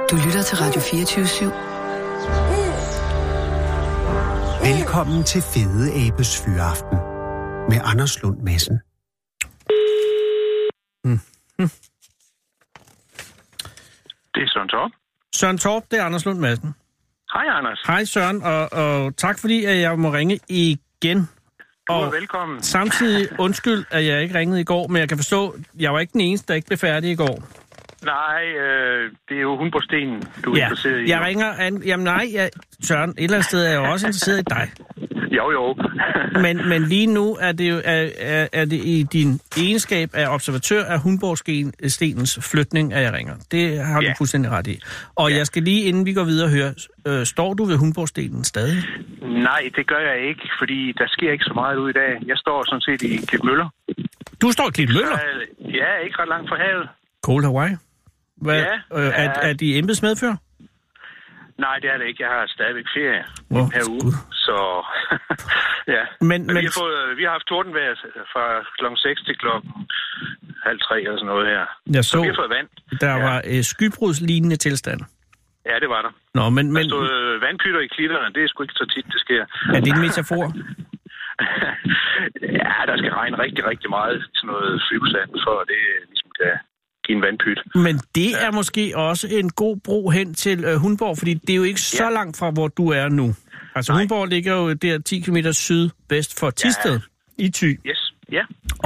Du lytter til Radio 24/7. Velkommen til Fede Abes Fyraften med Anders Lund Madsen. Det er Søren Torp. Søren Torp, det er Anders Lund Madsen. Hej, Anders. Hej Søren, og tak fordi at jeg må ringe igen. Du er velkommen. Samtidig undskyld, at jeg ikke ringede i går, men jeg kan forstå, at jeg var ikke den eneste, der ikke blev færdig i går. Nej, det er jo Hundborgstenen, du er interesseret i. Jeg ringer jamen nej, Søren, et eller andet sted er jeg jo også interesseret i dig. Jo. men lige nu er det jo er det i din egenskab af observatør af Hundborgstenens flytning, at jeg ringer. Det har du fuldstændig ret i. Og jeg skal lige, inden vi går videre, høre, står du ved Hundborgstenen stadig? Nej, det gør jeg ikke, fordi der sker ikke så meget ud i dag. Jeg står sådan set i Klitmøller. Du står i Klitmøller? Ja, ikke ret langt fra havet. Cold Hawaii? Er de embedsmedfører? Nej, det er det ikke. Jeg har stadigvæk ferie herude. Så ja. Men vi har haft tordenvejr fra klokken 6 til klokken 2:30 eller sådan noget her. Så vi har fået vand. Der var skybrudslignende tilstand. Ja, det var der. Nå, men der stod vandpytter i klitterne. Det er sgu ikke så tit, det sker. Er det en metafor? Ja, der skal regne rigtig, rigtig meget sådan noget flyvesand, for at det ligesom kan give en vandpyt. Men det er måske også en god bro hen til Hundborg, fordi det er jo ikke så langt fra, hvor du er nu. Altså Hundborg ligger jo der 10 km sydvest for Thisted i Thy. Yes, ja.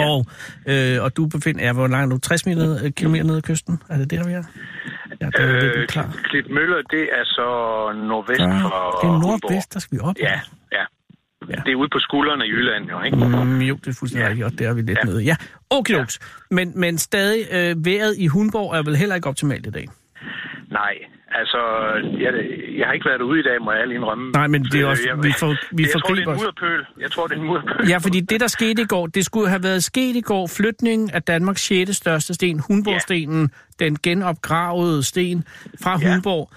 Og du befinder jer, hvor langt er du? 60 kilometer ned ad kysten? Er det der, vi er? Ja, det er lidt klar. Klitmøller, det er så nordvest fra det er nordvest, der skal vi op. Ja. Det er ude på skuldrene i Jylland, jo, ikke? Jo, det er fuldstændig rigtigt, og der er vi lidt nede. Ja, okay. Men stadig, vejret i Hundborg er vel heller ikke optimalt i dag? Nej, altså, jeg har ikke været ude i dag, må jeg ærligt indrømme. Nej, men det er også, jeg tror, det er en mudderpøl. Ja, fordi det, der skete i går, det skulle have været sket i går, flytningen af Danmarks 6. største sten, Hundborgstenen, den genopgravede sten fra Hundborg,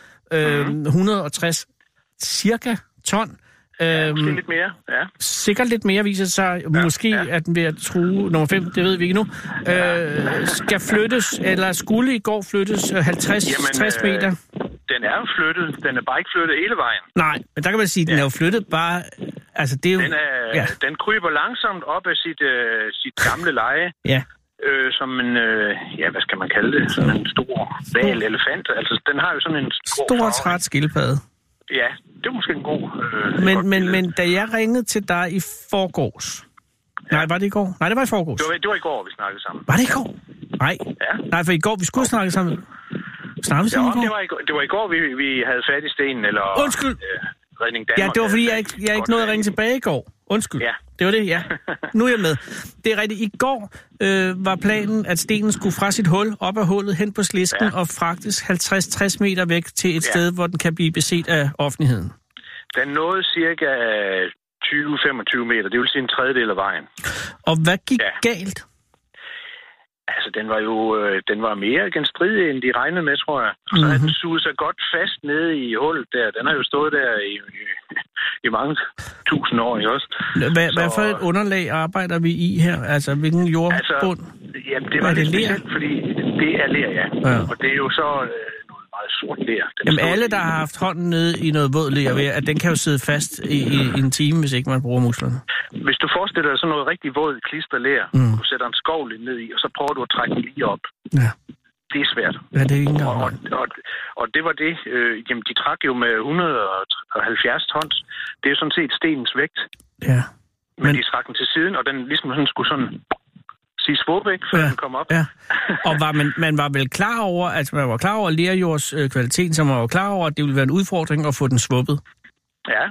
160 cirka ton. Måske lidt mere, ja. Sikkert lidt mere viser sig. Måske at den ved at true nummer 5, det ved vi ikke nu. Skal flyttes, eller skulle i går flyttes 50-60 meter? Den er jo flyttet. Den er bare ikke flyttet hele vejen. Nej, men der kan man sige, at den er jo flyttet bare... Altså, det er jo, den kryber langsomt op af sit gamle leje. Ja. Som en, hvad skal man kalde det? Sådan en stor val elefant. Altså, den har jo sådan en stor træt skildpadde. Ja, det var måske en god... Men da jeg ringede til dig i forgårs... Ja. Nej, var det i går? Nej, det var i forgårs. Det var i går, vi snakkede sammen. Var det i går? Nej. Ja. Nej, for i går, vi skulle snakke sammen. Snakkede vi sammen i går? Det var i går, vi havde fat i stenen, eller... Undskyld! Redning Danmark. Ja, det var fordi, jeg ikke nåede at ringe tilbage i går. Undskyld. Ja. Det var det, ja. Nu er jeg med. Det er rigtigt. I går var planen, at stenen skulle fra sit hul op af hullet hen på slisken og fragtes 50-60 meter væk til et sted, hvor den kan blive beset af offentligheden. Den nåede cirka 20-25 meter. Det vil sige en tredjedel af vejen. Og hvad gik galt? Altså, den var mere genstridig, end de regnede med, tror jeg. Så havde den suget sig godt fast nede i hullet der. Den har jo stået der i mange tusind år, ikke også? Hvad for et underlag arbejder vi i her? Altså, hvilken jordbund? Jamen, det var lidt specielt, fordi det er ler, ja. Og det er jo så noget meget sort ler. Jamen, alle, der har haft hånden nede i noget våd ler, ved, at den kan jo sidde fast i en time, hvis ikke man bruger musklerne. Hvis du forestiller dig sådan noget rigtig våd klisterler, du sætter en skovl ned i, og så prøver du at trække den lige op. Ja. Det er svært. Ja, det er ikke og det var det. Jamen, de trak jo med 170 tons. Det er jo sådan set stenens vægt. Ja. Men de trak den til siden, og den ligesom sådan skulle sådan sige svåb, ikke, før den kom op. Ja. Og man var vel klar over, altså man var klar over lerjords kvalitet, så man var klar over, at det ville være en udfordring at få den svuppet. Ja.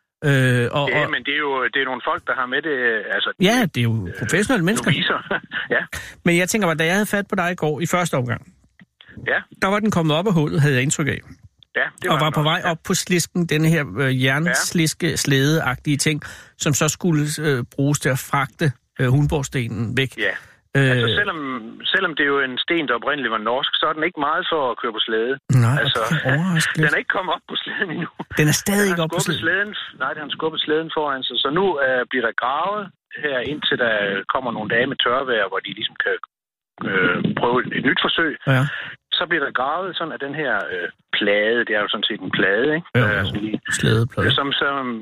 Men det er nogle folk, der har med det... Altså, det er jo professionelle mennesker. Ja. Men jeg tænker, da jeg havde fat på dig i går i første omgang, der var den kommet op af hullet, havde jeg indtryk af. Ja, det var på vej op på slisken, denne her jernsliske slædeagtige ting, som så skulle bruges til at fragte Hundborgstenen væk. Ja. Altså, selvom det er jo en sten, der oprindeligt var norsk, så er den ikke meget for at køre på slæde. Nej, altså, den er ikke kommet op på slæden endnu. Den er stadig ikke op på slæden? Nej, den har skubbet slæden foran sig. Så nu bliver der gravet her, indtil der kommer nogle dage med tørvejr, hvor de ligesom kan prøve et nyt forsøg. Ja. Så bliver der gravet sådan, at den her plade. Det er jo sådan set en plade, ikke? Slædeplade. Som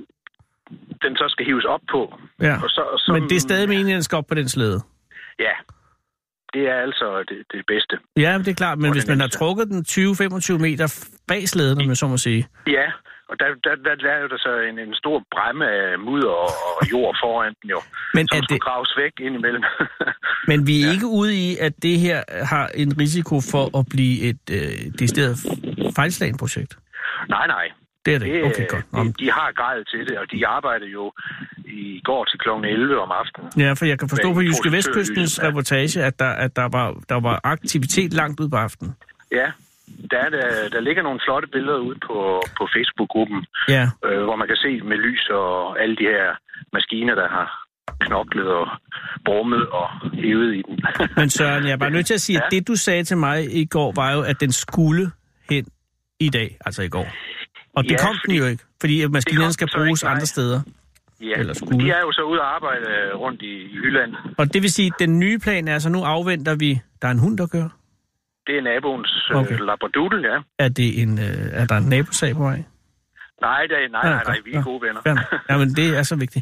den så skal hives op på. Ja, men det er stadig meningen, at den skal op på den slæde? Ja, det er altså det bedste. Ja, det er klart, men hvis man har trukket den 20-25 meter bag slæden, om jeg så må sige. Ja, og der er jo der så en stor bræmme af mudder og jord foran den jo, men som skal graves væk indimellem. Men vi er ikke ude i, at det her har en risiko for at blive et decideret fejlslagent projekt? Nej. Det er det. Okay, godt. De har grejet til det, og de arbejder jo i går til kl. 11 om aftenen. Ja, for jeg kan forstå på Jyske Vestkystens reportage, at der var aktivitet langt ud på aftenen. Ja, der ligger nogle flotte billeder ude på Facebook-gruppen, hvor man kan se med lys og alle de her maskiner, der har knoklet og brummet og hævet i den. Men Søren, jeg er bare nødt til at sige, at det du sagde til mig i går, var jo, at den skulle hen i dag, altså i går. Og det kom den jo ikke, fordi maskinerne skal bruges andre steder. Ja, men de er jo så ude og arbejde rundt i Jylland. Og det vil sige, at den nye plan er, så nu afventer vi... Der er en hund, der kører? Det er naboens labradoodle, ja. Er der en nabosag på vej? Nej, vi er gode venner. Ja, men det er så vigtigt.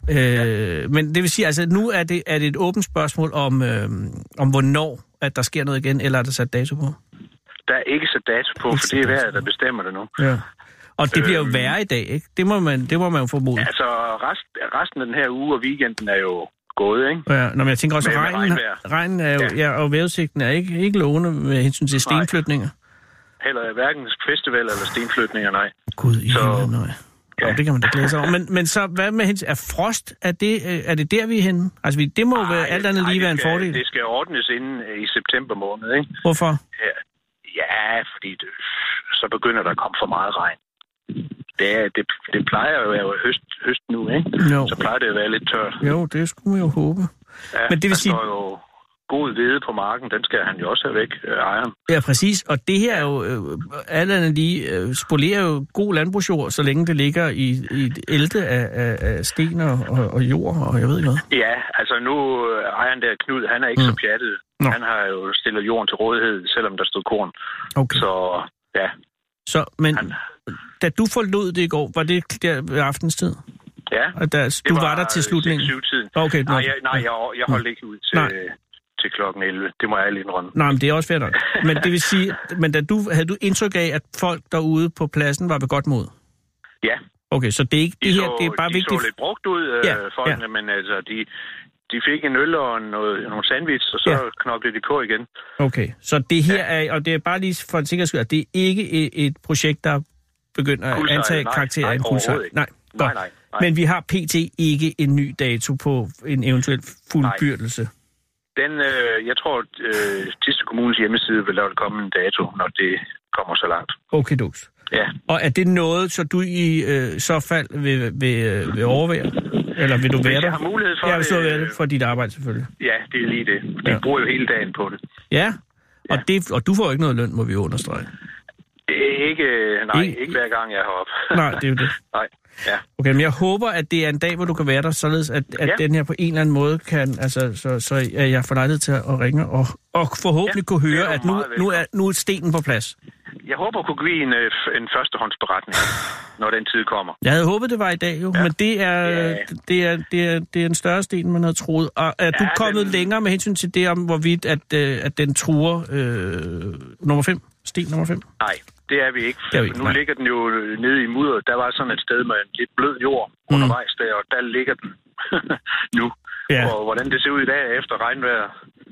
Men det vil sige, altså nu er det et åbent spørgsmål om hvornår at der sker noget igen, eller er der sat dato på? Der er ikke sat dato på, for det er vejret, der bestemmer det nu. Ja. Og det bliver jo værre i dag, ikke? Det må man jo formode. Altså, resten af den her uge og weekenden er jo gået, ikke? Ja, men jeg tænker også, at regnen er jo, og vejrudsigten er ikke lovende med hensyn til stenflytninger. Heller hverken festival eller stenflytninger, nej. Gud, nej. Ja. Det kan man da glæde sig over. Men så, hvad med hensyn? Er frost, er det der, vi er henne? Altså, det må være alt andet lige være en fordel. Det skal ordnes inden i september måned, ikke? Hvorfor? Ja, fordi så begynder der at komme for meget regn. Det plejer jo at være høst nu, ikke? Jo. Så plejer det at være lidt tørt. Jo, det skulle man jo håbe. Ja, men det vil sige... står jo god hvede på marken, den skal han jo også have væk, ejeren. Ja, præcis. Og det her er jo, alt andet lige, spolerer jo god landbrugsjord, så længe det ligger i et elte af sten og jord, og jeg ved ikke hvad. Ja, altså nu, ejeren der Knud, han er ikke så pjattet. Nå. Han har jo stillet jorden til rådighed, selvom der stod korn. Okay. Så, ja. Så, men da du forlod det i går, var det der ved aftenstid? Ja. Du var der til slutningen? 6-7-tiden. Okay, jeg holdt ikke ud til klokken 11. Det må jeg lige indrømme. Nej, men det er også fair nok. Men det vil sige, havde du indtryk af, at folk derude på pladsen var ved godt mod? Ja. Okay, så det er ikke det her, det er bare vigtigt. De så lidt brugt ud, folkene, men altså, de fik en øl og nogle sandwich, og så knoklede de på igen. Okay, så det her er, og det er bare lige for en sikkerheds skyld, at det er ikke et projekt, der begynder at antage karakter af en kuldsejr. Nej. Men vi har pt. Ikke en ny dato på en eventuel fuldbyrdelse. Jeg tror, Thisted Kommunes hjemmeside vil der komme en dato, når det kommer så langt. Okay, dus. Ja. Og er det noget, så du i så fald vil overvære? Eller vil du være der? Jeg har mulighed for det. Ja, det for dit arbejde selvfølgelig. Ja, det er lige det. De bruger jo hele dagen på det. Ja, og du får ikke noget løn, må vi understrege. Ikke hver gang jeg er heroppe. Nej, det er jo det. Nej. Ja. Okay, men jeg håber, at det er en dag, hvor du kan være der, således at den her på en eller anden måde kan, altså, så er jeg får lejlighed til at ringe og forhåbentlig kunne høre, at nu er stenen på plads. Jeg håber at kunne give en førstehåndsberetning, når den tid kommer. Jeg havde håbet, det var i dag jo, men det er en større sten, man havde troet. Og er du kommet længere med hensyn til det om, hvorvidt at den truer nummer 5? Sten nummer 5? Nej, det er vi ikke. Nu ligger den jo nede i mudder. Der var sådan et sted med en lidt blød jord undervejs der, og der ligger den nu. Ja. Og hvordan det ser ud i dag efter regnvejr,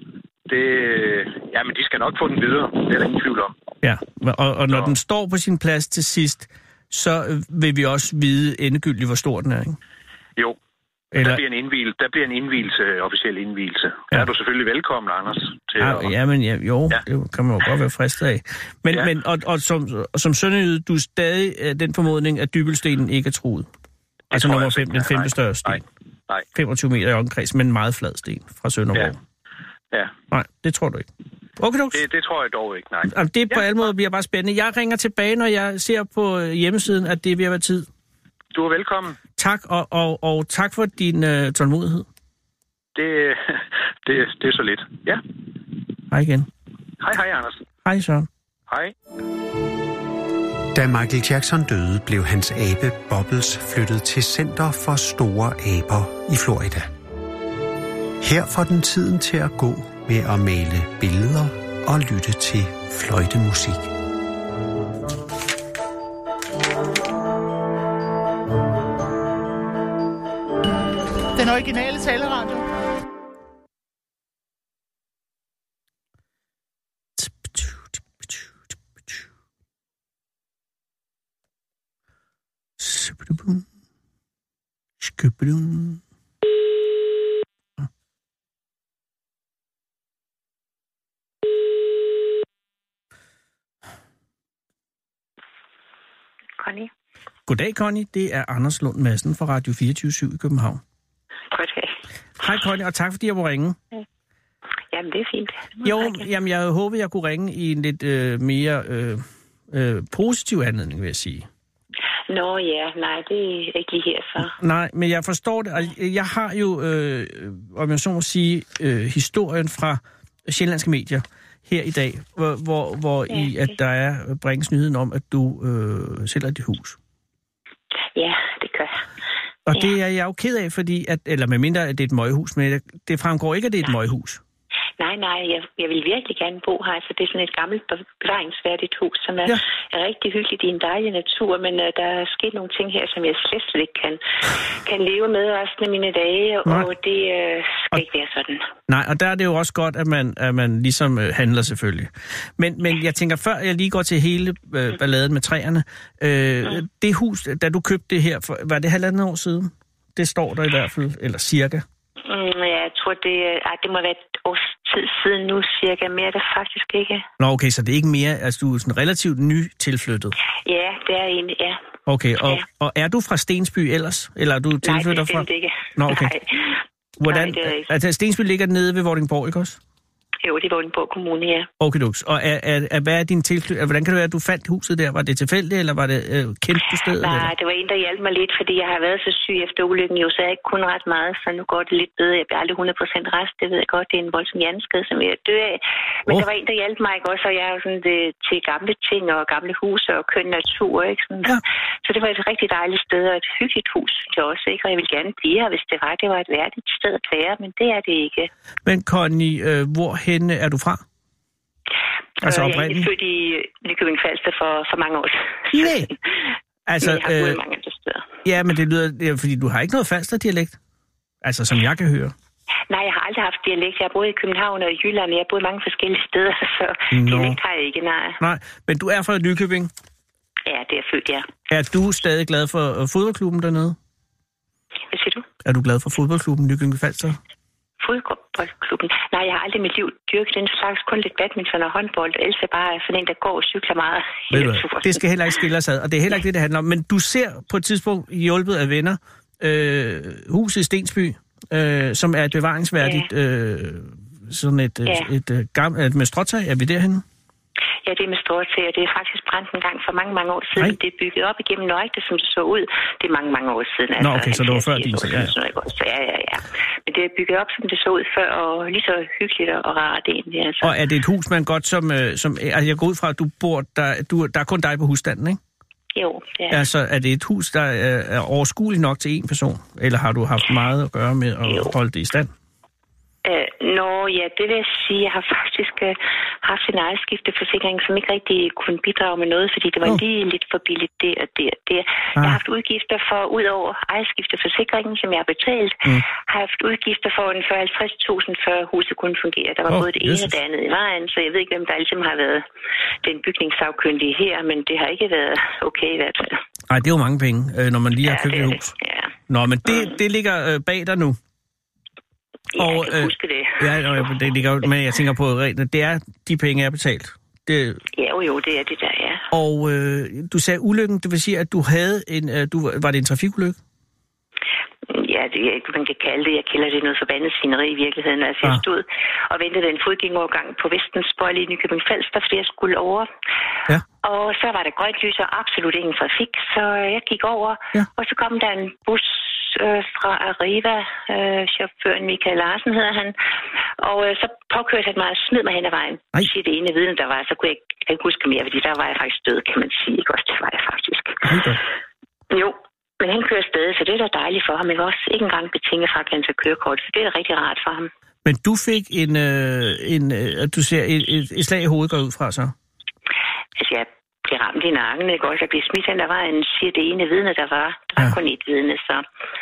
men de skal nok få den videre. Det er der ingen tvivl om. Ja, og når den står på sin plads til sidst, så vil vi også vide endegyldigt, hvor stor den er, ikke? Jo. Der bliver en indvielse, officiel indvielse. Ja. Der er du selvfølgelig velkommen, Anders. Det kan man jo godt være fristet af. Men som sønderjyde, du er stadig den formodning, at Dybølstenen ikke er truet. Altså nummer 5, den 5. største sten. Nej. 25 meter i omkreds, men en meget flad sten fra Sønderborg. Ja. Nej, det tror du ikke. Okay, det tror jeg dog ikke, nej. Det på alle måder bliver bare spændende. Jeg ringer tilbage, når jeg ser på hjemmesiden, at det er ved at være tid. Du er velkommen. Tak, og tak for din tålmodighed. Det er så lidt. Ja. Hej igen. Hej, Anders. Hej, Søren. Hej. Da Michael Jackson døde, blev hans abe Bubbles flyttet til Center for Store Aber i Florida. Her får den tiden til at gå med at male billeder og lytte til fløjtemusik. Den originale taleradio. Connie. Goddag, Connie. Det er Anders Lund Madsen fra Radio 24/7 i København. Goddag. Hej, Connie, og tak fordi jeg må ringe. Jamen, det er fint. Jeg håbede, jeg kunne ringe i en lidt mere positiv anledning, vil jeg sige. Nå ja, nej, det er ikke lige her så. Nej, men jeg forstår det. Jeg har jo, om jeg så må sige, historien fra sjællandske medier her i dag, hvor i at der er bringes nyheden om, at du sælger dit hus. Ja, det gør jeg. Og det er jeg jo ked af, fordi eller medmindre at det er et møghus, men det fremgår ikke, at det er et møghus. Nej, jeg vil virkelig gerne bo her, for det er sådan et gammelt bevaringsværdigt hus, som er rigtig hyggeligt i en dejlig natur, men der er sket nogle ting her, som jeg slet ikke kan leve med resten af mine dage, og det skal ikke være sådan. Nej, og der er det jo også godt, at man ligesom handler selvfølgelig. Men jeg tænker, før jeg lige går til hele balladen med træerne, det hus, da du købte det her, var det 1,5 år siden? Det står der i hvert fald, eller cirka. Jeg tror, det må være et års tid siden nu, cirka. Mere er det faktisk ikke. Nå, okay, så det er ikke mere, altså du er sådan relativt ny tilflyttet? Ja, det er egentlig, ja. Okay, og er du fra Stensby ellers? Eller er du tilflytter fra? Nej, det er ikke. Nå, okay. Nej. Hvordan, nej, det er ikke. Altså, Stensby ligger nede ved Vordingborg, ikke også? Jo, det er Vordingborg Kommune, ja. Okay, duks. Og hvad er din tilflytning? Hvordan kan det være, at du fandt huset der? Var det tilfældigt, eller var det kendt du stedet? Nej, eller? det var en, der hjalp mig lidt, fordi jeg har været så syg efter ulykken, jo, så jeg ikke kun ret meget, så nu går det lidt bedre. Jeg bliver aldrig 100% rest, det ved jeg godt. Det er en voldsom hjerneskade, som jeg dør af. Men der var en, der hjalp mig, ikke også? Og jeg er jo sådan til gamle ting og gamle huse og køn natur, ikke? Sådan. Ja. Så det var et rigtig dejligt sted og et hyggeligt hus til os, ikke? Og jeg ville gerne blive her, hvis det var et værdigt sted at være, men det er det ikke. Men Connie, hvorhenne er du fra? Altså jeg er født i Nykøbing Falster for mange år siden. Nej. Altså, men jeg har boet mange andre steder. Ja, men det lyder, fordi du har ikke noget Falster-dialekt. Altså, som jeg kan høre. Nej, jeg har aldrig haft dialekt. Jeg har boet i København og i Jylland. Jeg har boet mange forskellige steder, så dialekt har jeg ikke, nej. Nej, men du er fra Nykøbing? Ja, det er født, ja. Er du stadig glad for fodboldklubben dernede? Hvad siger du? Er du glad for fodboldklubben Nykøbing Falster? Fodboldklubben. Nej, jeg har aldrig i mit liv dyrket den slags, kun lidt badminton og håndbold. Ellers er bare sådan en, der går og cykler meget. Det skal heller ikke skille os ad, og det er heller ikke det, det handler om. Men du ser på et tidspunkt hjulpet af venner huset i Stensby, som er et bevaringsværdigt sådan et gammelt med stråtag. Er vi derhenne? Ja, det er med stråtag, og det er faktisk brændt en gang for mange, mange år siden. Nej. Det er bygget op igennem nøjagtigt, som det så ud. Det er mange, mange år siden. Nå, okay, så det var før din tid. Ja. Men det er bygget op, som det så ud før, og lige så hyggeligt og rart egentlig. Altså. Og er det et hus, man godt som altså jeg går ud fra, at du bor der er kun dig på husstanden, ikke? Jo, det er. Altså, er det et hus, der er overskueligt nok til én person? Eller har du haft meget at gøre med at holde det i stand? Ja, det vil jeg sige. Jeg har faktisk haft en ejerskifteforsikring, som ikke rigtig kunne bidrage med noget, fordi det var lige lidt for billigt det og det og det. Jeg har haft udgifter for, ud over ejerskifteforsikringen, som jeg har betalt, har jeg haft udgifter for en 40-50.000, før huset kunne fungere. Der var både det ene og det andet i vejen, så jeg ved ikke, hvem der ligesom har været den bygningssagkyndige her, men det har ikke været okay i hvert fald. Nej, det er jo mange penge, når man lige har købt et hus. Ja. Nå, men det ligger bag dig nu. Ja, jeg kan huske det. Det ligger jo, men jeg tænker på, det er de penge, jeg har betalt. Det... Jo, det er det der, ja. Og du sagde ulykken, det vil sige, at du havde var det en trafikulykke? Ja, man kan kalde det. Jeg kalder det noget forbandet svineri i virkeligheden. Altså, jeg stod og ventede en fodgængerovergang på Vestensborg i Nykøbing Falster, fordi jeg skulle over. Ja. Og så var der grønt lys og absolut ingen trafik, så jeg gik over. Ja. Og så kom der en bus, fra Arriva, chaufføren Michael Larsen hedder han, og så påkørte han mig og smed mig hen ad vejen. Sige det ene vidne, der var, så kunne jeg ikke huske mere, fordi der var jeg faktisk død, kan man sige. Ikke også, det var jeg faktisk. Jo, men han kører stadig, så det er da dejligt for ham. Men også ikke engang betinget fra at han skal kørekort, så det er da rigtig rart for ham. Men du fik du ser et slag i hovedet går ud fra, så? Altså, jeg blev ramt i nakken, ikke også? Jeg blev smidt hen, der var siger det ene vidne, der var kun et vidne, så...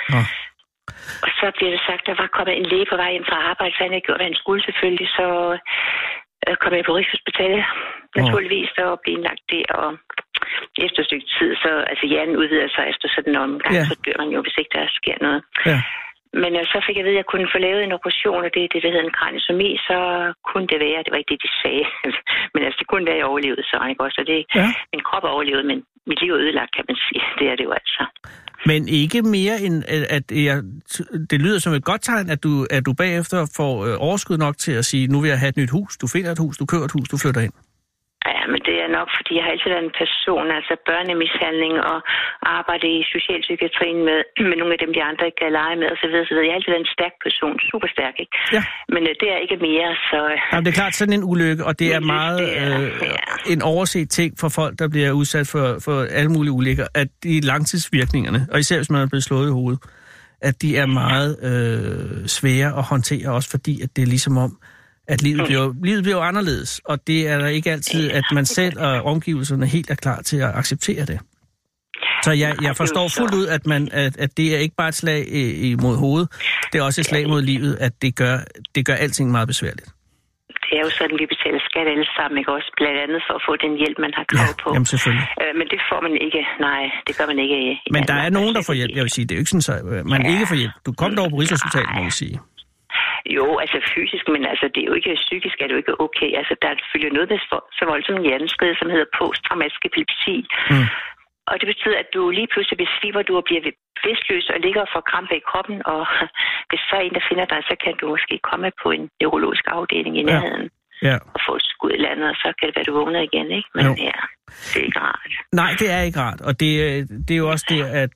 Og så blev det sagt, der var kommet en læge på vej hjem fra arbejde, så han havde gjort, hvad han skulle selvfølgelig, så kom jeg på Rigshospitalet, naturligvis, og blev indlagt det, og efter et stykke tid, så altså hjernen udvider sig efter sådan en omgang, så dør man jo, hvis ikke der sker noget. Ja. Men så fik jeg ved, at jeg kunne få lavet en operation, og det er det, der hedder en kraniotomi, så kunne det være, det var ikke det, de sagde, men altså det kunne være, at jeg overlevede så, ikke også? Og det, min krop er overlevet, men mit liv er ødelagt, kan man sige. Det er det jo altså. Men ikke mere end, at det lyder som et godt tegn, at du bagefter får overskud nok til at sige, nu vil jeg have et nyt hus, du finder et hus, du køber et hus, du flytter ind. Ja, men det er nok, fordi jeg har altid været en person, altså børnemishandling og arbejde i socialpsykiatrien med nogle af dem, de andre ikke kan lege med osv. Jeg har altid været en stærk person, super stærk, ikke? Ja. Men det er ikke mere, så... Jamen, det er klart sådan en ulykke, og det er meget en overset ting for folk, der bliver udsat for alle mulige ulykker, at de langtidsvirkningerne, og især hvis man er blevet slået i hovedet, at de er meget svære at håndtere, også fordi at det er ligesom om, at livet bliver anderledes, og det er der ikke altid, at man selv og omgivelserne helt er klar til at acceptere det. Så jeg forstår fuldt ud, at det er ikke bare et slag imod hovedet, det er også et slag mod livet, at det gør alting meget besværligt. Det er jo sådan, vi betaler skat alle sammen, ikke også? Blandt andet for at få den hjælp, man har krav på. Jamen selvfølgelig. Men det får man ikke. Nej, det gør man ikke. Men der er nogen, der får hjælp, jeg vil sige. Det er jo ikke sådan, så man ikke får hjælp. Du kom dog på Rigshospitalet, må jeg sige. Jo, altså fysisk, men altså det er jo ikke psykisk, er det jo ikke okay. Altså der følger noget med så voldsom en hjerneskade, som hedder posttraumatisk epilepsi. Og det betyder, at du lige pludselig besvimer, du bliver bevidstløs og ligger og får krampe i kroppen, og hvis så er en, der finder dig, så kan du måske komme på en neurologisk afdeling i nærheden og få et skud i landet, og så kan det være, du vågner igen, ikke? Men det er ikke rart. Nej, det er ikke rart, og det er jo også det, at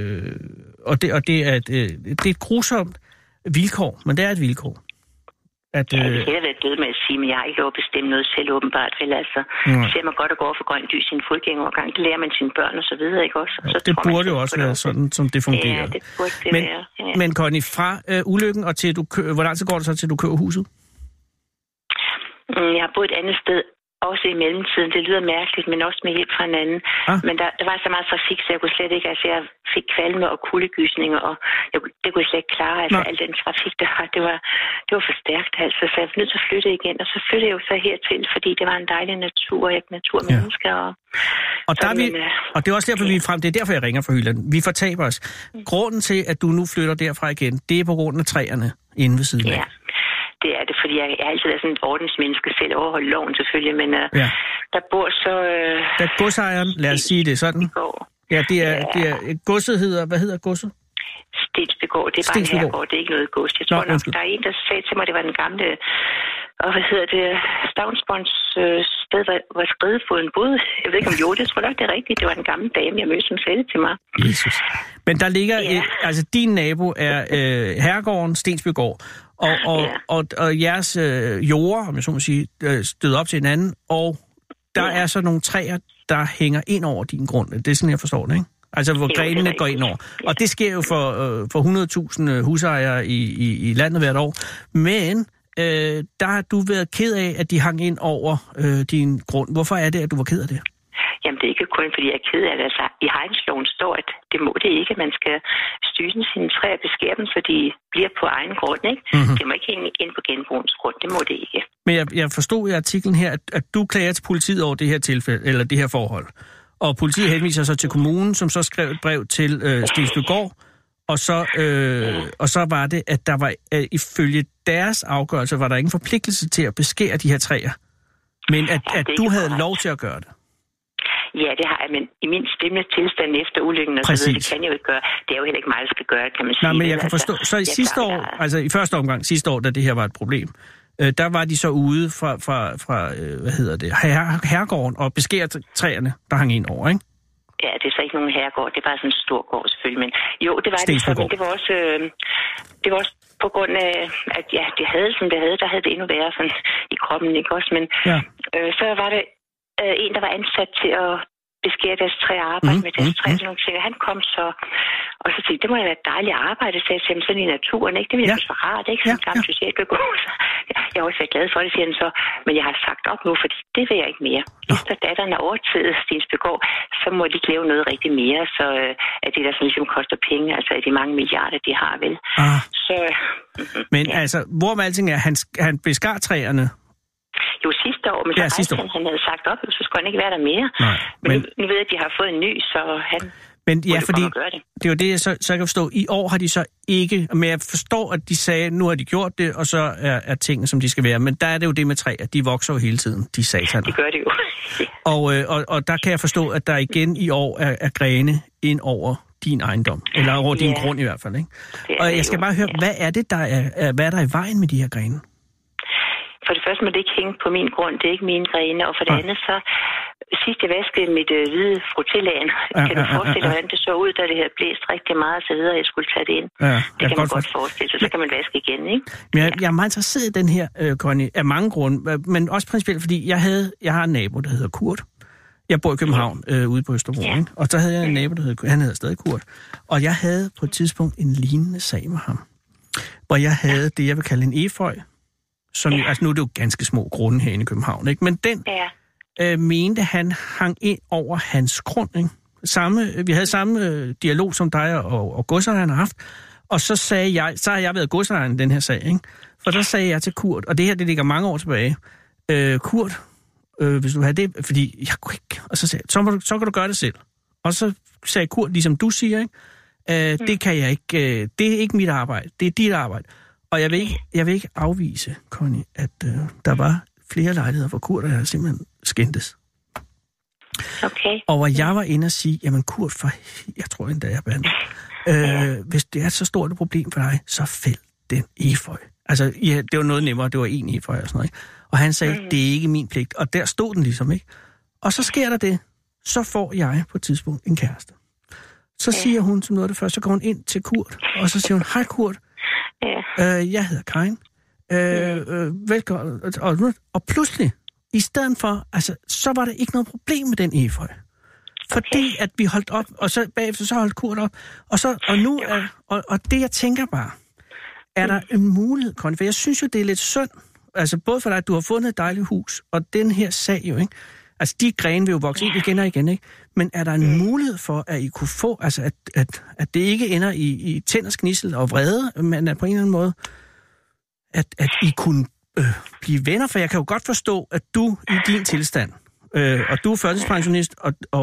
det er et grusomt vilkår, men det er et vilkår. Det kan jeg være glad med at sige, men jeg har ikke lov at bestemme noget selv åbenbart. Vel, altså, ser man godt at gå over for grønt lys i en fodgængerovergang, det lærer man sine børn og så videre, ikke også? Så det burde jo også være sådan, som det fungerer. Ja, det burde det være. Ja. Men Connie, fra ulykken og til hvor lang tid går det så til, du køber huset? Jeg har boet et andet sted, også i mellemtiden. Det lyder mærkeligt, men også med hjælp fra en anden. Men der var så meget trafik, så jeg kunne slet ikke... Altså, jeg fik kvalme og kuldegysninger, og det kunne jeg slet ikke klare. Altså, al den trafik, der var, det var for stærkt, altså. Så jeg var nødt til at flytte igen. Og så flyttede jeg jo så hertil, fordi det var en dejlig natur, og jeg er naturmenneske. Og det er også derfor, vi er frem. Det er derfor, jeg ringer fra Jylland. Vi fortaber os. Grunden til, at du nu flytter derfra igen, det er på grund af træerne inde ved siden af. Ja. Det er det, fordi jeg har altid været sådan et ordensmenneske, selv overholde loven selvfølgelig, men der bor så... Der er godsejeren, lad os sige det sådan. Ja, det er godset hedder... Hvad hedder godset? Stensbygård, det er bare en herregård, det er ikke noget gods. Jeg tror nok, der er en, der sagde til mig, det var den gamle... Og hvad hedder det? Stavnsbånds sted, hvor skridefoden boede. Jeg ved ikke om det tror nok, det er rigtigt. Det var den gamle dame, jeg mødte, som sagde det til mig. Jesus. Men der ligger... altså, din nabo er herregården Stensbygård. Og jeres jorder, om jeg så må sige, støder op til hinanden, og der er så nogle træer, der hænger ind over din grund. Det er sådan, jeg forstår det, ikke? Altså, hvor grenene går ind over. Og det sker jo for 100.000 husejere i landet hvert år. Men der har du været ked af, at de hang ind over din grund. Hvorfor er det, at du var ked af det? Jamen, det er ikke kun, fordi jeg er ked af det. Altså, i hegnsloven står, at det må det ikke. Man skal styre sine træer og beskære dem, så de bliver på egen grund, ikke? Mm-hmm. Det må ikke hænge ind på genboens grund. Det må det ikke. Men jeg forstod i artiklen her, at du klager til politiet over det her tilfælde, eller det her forhold. Og politiet henviser så til kommunen, som så skrev et brev til Stensbygård. Og så var det, at der var ifølge deres afgørelse, var der ingen forpligtelse til at beskære de her træer. Men at du havde lov til at gøre det. Ja, det har jeg, men i min stemme tilstand efter ulykken, og så videre, det kan jeg jo ikke gøre. Det er jo heller ikke mig, der skal gøre, kan man sige. Nej, men jeg kan forstå. Så i sidste år, altså i første omgang, sidste år, da det her var et problem, der var de så ude fra hvad hedder det, herregården og beskære træerne, der hang ind over, ikke? Ja, det er så ikke nogen herregård. Det er bare sådan en stor gård selvfølgelig. Men jo, det var det så, men det var også på grund af, at ja, det havde, som det havde, der havde det endnu værre sådan i kroppen, ikke også? Men så var det en, der var ansat til at beskære deres træ og arbejde med deres træ. Sådan nogle ting. Han kom så, og så tænkte, det må jo være et dejligt arbejde, så jeg sagde, sådan i naturen, ikke? Det ville jeg så rart, ikke? Sådan gammel socialpædagog. Jeg er også været glad for det, siger han så, men jeg har sagt op nu, fordi det vil jeg ikke mere. Efter datteren er overtaget Stensbygård, så må de lave noget rigtig mere, så at det der sådan ligesom koster penge, altså af de mange milliarder, de har vel. Så, men altså, hvor med alting er, han beskar træerne? Jo, sidste år, men så han havde sagt op, så skulle han ikke være der mere. Nej, men nu ved jeg, at de har fået en ny, så han... Men ja, fordi det er jo det, jeg så kan forstå. I år har de så ikke... Men jeg forstår, at de sagde, nu har de gjort det, og så er tingene, som de skal være. Men der er det jo det med træer. De vokser jo hele tiden, de sataner. Det gør det jo. Og der kan jeg forstå, at der igen i år er grene ind over din ejendom. Eller over din grund i hvert fald, ikke? Og jeg skal bare høre, hvad er det, hvad er der i vejen med de her grene? For det første må det ikke hænge på min grund, det er ikke mine grene, og for det andet så, sidst jeg vaskede mit hvide frutillagen, kan du forestille hvordan det så ud, da det havde blæst rigtig meget og så videre, jeg skulle tage det ind. Det kan man godt forestille sig, så kan man vaske igen, ikke? Men jeg er meget interesseret i den her, Connie, af mange grunde, men også principielt, fordi jeg har en nabo, der hedder Kurt. Jeg bor i København, ude på Østerbro, ikke? Og så havde jeg en nabo, der han hedder stadig Kurt. Og jeg havde på et tidspunkt en lignende sag med ham, hvor jeg havde det, jeg vil kalde en efeu, som altså nu er det jo ganske små grunde herinde i København, ikke? Men den mente, han hang ind over hans grund, ikke? Vi havde samme dialog som dig og godsejeren har haft, og så har jeg været godsejeren i den her sag, ikke? For der sagde jeg til Kurt, og det her, det ligger mange år tilbage, Kurt, hvis du vil have det, fordi jeg kunne ikke, og så sagde jeg, så kan du gøre det selv. Og så sagde Kurt, ligesom du siger, ikke? Det kan jeg ikke, det er ikke mit arbejde, det er dit arbejde. Og jeg vil ikke afvise, Connie, at der var flere lejligheder for Kurt, og jeg simpelthen skændtes. Okay. Og hvor jeg var inde og sige, jamen Kurt, jeg tror endda, jeg bandt. Hvis det er et så stort et problem for dig, så fæld den efeu. Altså, det var noget nemmere, det var en efeu og sådan noget, ikke? Og han sagde, det er ikke min pligt. Og der stod den ligesom, ikke? Og så sker der det. Så får jeg på et tidspunkt en kæreste. Så siger hun som noget af det første, så går hun ind til Kurt, og så siger hun, hej Kurt, jeg hedder Karin. Velkommen. Og pludselig, i stedet for, altså, så var der ikke noget problem med den efeu. Fordi at vi holdt op, og så bagefter så holdt Kurt op, og nu er, og det jeg tænker bare, er der en mulighed, Connie, for jeg synes jo, det er lidt synd, altså både for dig, at du har fundet et dejligt hus, og den her sag jo, ikke? Altså, de grene vil jo vokse ind igen og igen, ikke? Men er der en mulighed for, at I kunne få, altså, at det ikke ender i tænders gnissel og vrede, men at på en eller anden måde, at I kunne blive venner? For jeg kan jo godt forstå, at du i din tilstand, og du er førtidspensionist,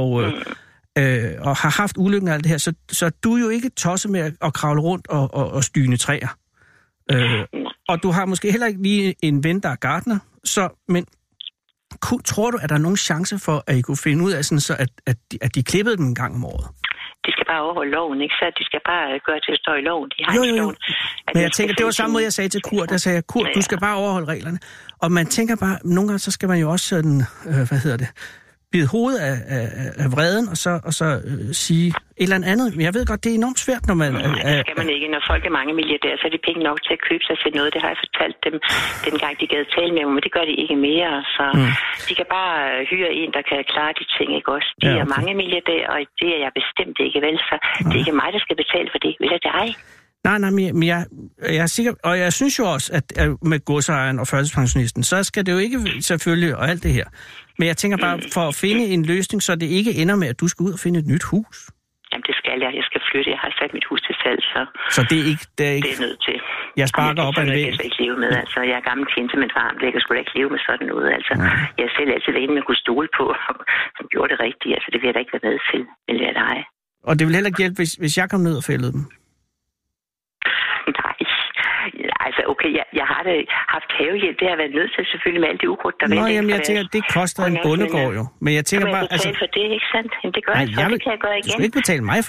og har haft ulykken og alt det her, så du er jo ikke tosset med at kravle rundt og styne træer. Og du har måske heller ikke lige en ven, der er gartner, men tror du, at der er nogen chance for, at I kunne finde ud af, sådan, så at de klippede dem en gang om året? De skal bare overholde loven, ikke? Så de skal bare gøre til at stå i loven. De har jo. Men jeg tænker, det var samme måde, jeg sagde til Kurt. Jeg sagde, Kurt, du skal bare overholde reglerne. Og man tænker bare, nogle gange, så skal man jo også sådan, bide hovedet af vreden, og så sige et eller andet. Men jeg ved godt, det er enormt svært, når man... Nej, det skal man ikke. Når folk er mange milliardærer, så er de penge nok til at købe sig til noget. Det har jeg fortalt dem, dengang de gad tale med mig, men det gør de ikke mere. Så de kan bare hyre en, der kan klare de ting, ikke også? De er mange milliardærer, og det er jeg bestemt ikke, vel? Så det er ikke mig, der skal betale for det. Vil det dig? Nej, men jeg er sikker, og jeg synes jo også, at med godsejeren og førtidspensionisten, så skal det jo ikke selvfølgelig, og alt det her. Men jeg tænker bare, for at finde en løsning, så det ikke ender med, at du skal ud og finde et nyt hus. Jamen, det skal jeg. Jeg skal flytte. Jeg har sat mit hus til salg, så det er ikke... Det er nødt til. Jeg sparker op af en væg. Jeg skal ikke leve med, altså. Jeg er gammel tjenestemand for Amtlæg, og skulle ikke leve med sådan noget, altså. Jeg er selv altid en, man kunne stole på, som gjorde det rigtigt. Altså, det vil jeg da ikke være med til, vil jeg dig. Og det vil heller ikke hjælpe, hvis jeg kom ned og fældede dem? Nej. Altså, okay, jeg har da haft havehjælp. Det har været nødt til selvfølgelig med alt det ukrudt, der vælger. Nå, jamen, jeg tænker, det koster en bondegård jo. Men jeg tænker bare... Altså, for det, ikke sandt? Jamen, det gør jeg så. Det kan jeg gøre igen. Du skal ikke betale mig for noget.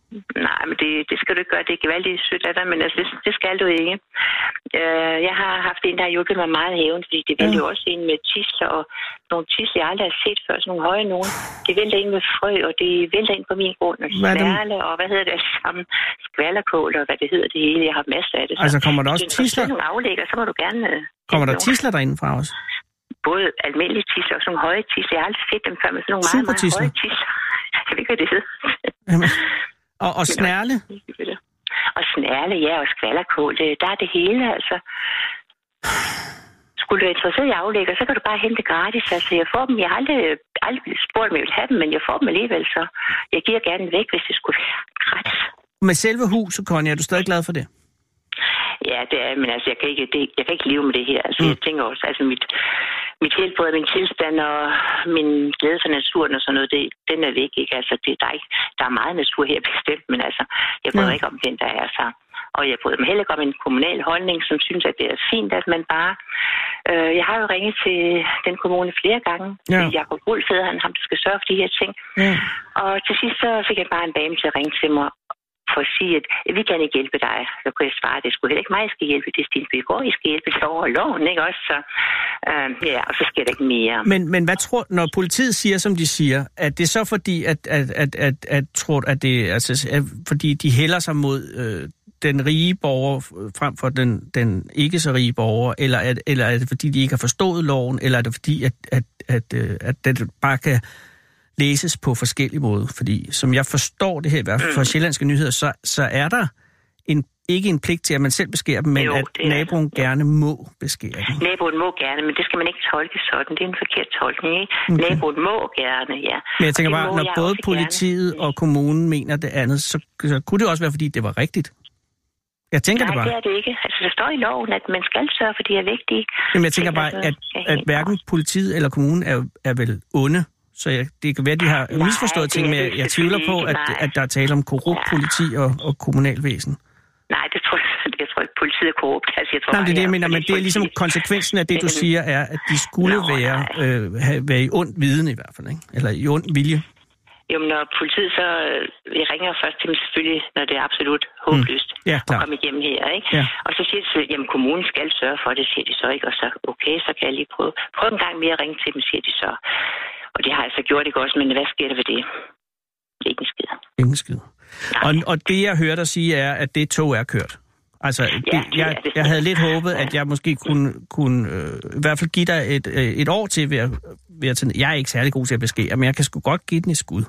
Nej, men det skal du ikke gøre. Det er gevaldigt sødt af dig, men altså, det skal du ikke. Jeg har haft en, der har hjulpet mig meget i haven, fordi det vælter jo også en med tisler, og nogle tisler, jeg aldrig har set før, sådan nogle høje nogen. Det vælter ind med frø, og det vælter ind på min grund, og sværle, og hvad hedder det sammen? Skvallerkål, og hvad det hedder det hele. Jeg har masser af det. Så altså kommer der også tisler? Hvis du aflægger, så må du gerne... Kommer der tisler derinde fra os? Både almindelige tisler og sådan nogle høje tisler. Jeg har aldrig set dem før, med sådan nogle meget, meget høje tisler. Jeg ved ikke, hvad det hedder. Og snærle? Og snærle, ja, og skvallerkål. Der er det hele, altså. Skulle du være interesseret i aflægger, så kan du bare hente gratis. Altså, jeg får dem. Jeg har aldrig spurgt, om jeg vil have dem, men jeg får dem alligevel, så jeg giver gerne væk, hvis det skulle være gratis. Med selve huset, Connie, er du stadig glad for det? Ja, det er, men altså, jeg kan ikke leve med det her. Altså, jeg tænker også, altså, mit helbred, min tilstand og min glæde for naturen og sådan noget, den er væk, ikke? Altså, der er meget natur her bestemt, men altså, jeg bryder ikke om den, der er så. Og jeg bryder mig heller ikke om en kommunal holdning, som synes, at det er fint, at man bare... jeg har jo ringet til den kommune flere gange. Ja. Jakob Wulff hedder han, ham der skal sørge for de her ting. Ja. Og til sidst så fik jeg bare en dame til at ringe til mig, for at sige, at vi kan ikke hjælpe dig. Så kunne jeg svare, at det skulle heller ikke mig, jeg skal hjælpe. Det er Stine Bygård, I skal hjælpe til over loven, ikke også? Så, og så sker der ikke mere. Men hvad tror når politiet siger, som de siger, at det er så fordi, at tror, at det altså, fordi de hælder sig mod den rige borger frem for den ikke så rige borger, eller er det fordi, de ikke har forstået loven, eller er det fordi, at det bare kan læses på forskellige måder? Fordi som jeg forstår det her, i hvert fald fra Sjællandske Nyheder, så er der ikke en pligt til, at man selv beskærer dem, men jo, at naboen gerne må beskære dem. Naboen må gerne, men det skal man ikke tolke sådan. Det er en forkert tolkning, ikke? Okay. Naboen må gerne, ja. Men jeg tænker bare, når både politiet og kommunen mener det andet, så kunne det også være, fordi det var rigtigt. Jeg tænker det bare. Nej, det er det ikke. Altså, der står i loven, at man skal sørge for, de er vigtige. Jamen, jeg tænker bare, at hverken politiet eller kommunen er vel onde. Så det kan være, at de har misforstået ting, men jeg tvivler på, at der er tale om korrupt politi og kommunalvæsen. Nej, det tror jeg, politiet er korrupt. Altså, jeg tror, nej, det er det, jeg mener, men det er ligesom konsekvensen af det, du siger, er, at de skulle være i ond viden i hvert fald, ikke? Eller i ond vilje. Jo, men når politiet så... Jeg ringer først til dem selvfølgelig, når det er absolut håbløst at komme igennem her, ikke? Ja. Og så siger de, jamen kommunen skal sørge for det, siger de så, ikke? Og så, okay, så kan jeg lige prøve en gang mere at ringe til dem, siger de så. Og det har jeg så gjort, ikke også, men hvad sker der ved det? Det er ikke en skid. Ingen skid. Og det, jeg hører dig sige, er, at det tog er kørt. Altså, jeg havde lidt håbet, at jeg måske kunne i hvert fald give dig et år til ved at tage. Jeg er ikke særlig god til at beskære, men jeg kan sgu godt give den et skud.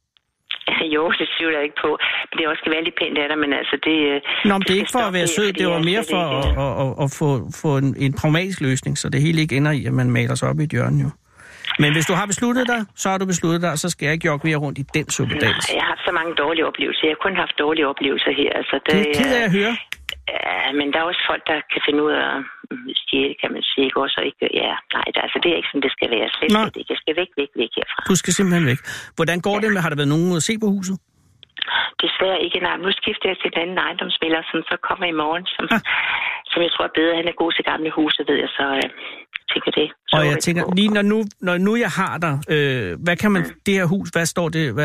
Jo, det tvivler jeg ikke på. Men det er også gevaldigt pænt af dig, men altså det... Nå, men det er ikke for at være sød, det var mere for at få en pragmatisk løsning, så det hele ikke ender i, at man maler sig op i et hjørne, jo. Men hvis du har besluttet dig, så har du besluttet dig, og så skal jeg ikke jogge mere rundt i den suppedags. Jeg har haft så mange dårlige oplevelser. Jeg har kun haft dårlige oplevelser her. Altså, det er ked af at høre. Ja, men der er også folk, der kan finde ud af stjæle, kan man sige, ikke også? Ikke, ja, nej, altså, det er ikke sådan, det skal være. Slet ikke. Jeg skal væk herfra. Du skal simpelthen væk. Hvordan går det med, har der været nogen ude at se på huset? Desværre ikke. Nej, nu skifter jeg til en anden ejendomsspiller, som så kommer i morgen, som jeg tror er bedre. Han er god til gamle huse, ved jeg, så... tænker det. Så og jeg tænker, lige når nu jeg har dig, hvad kan man, det her hus, hvad står det,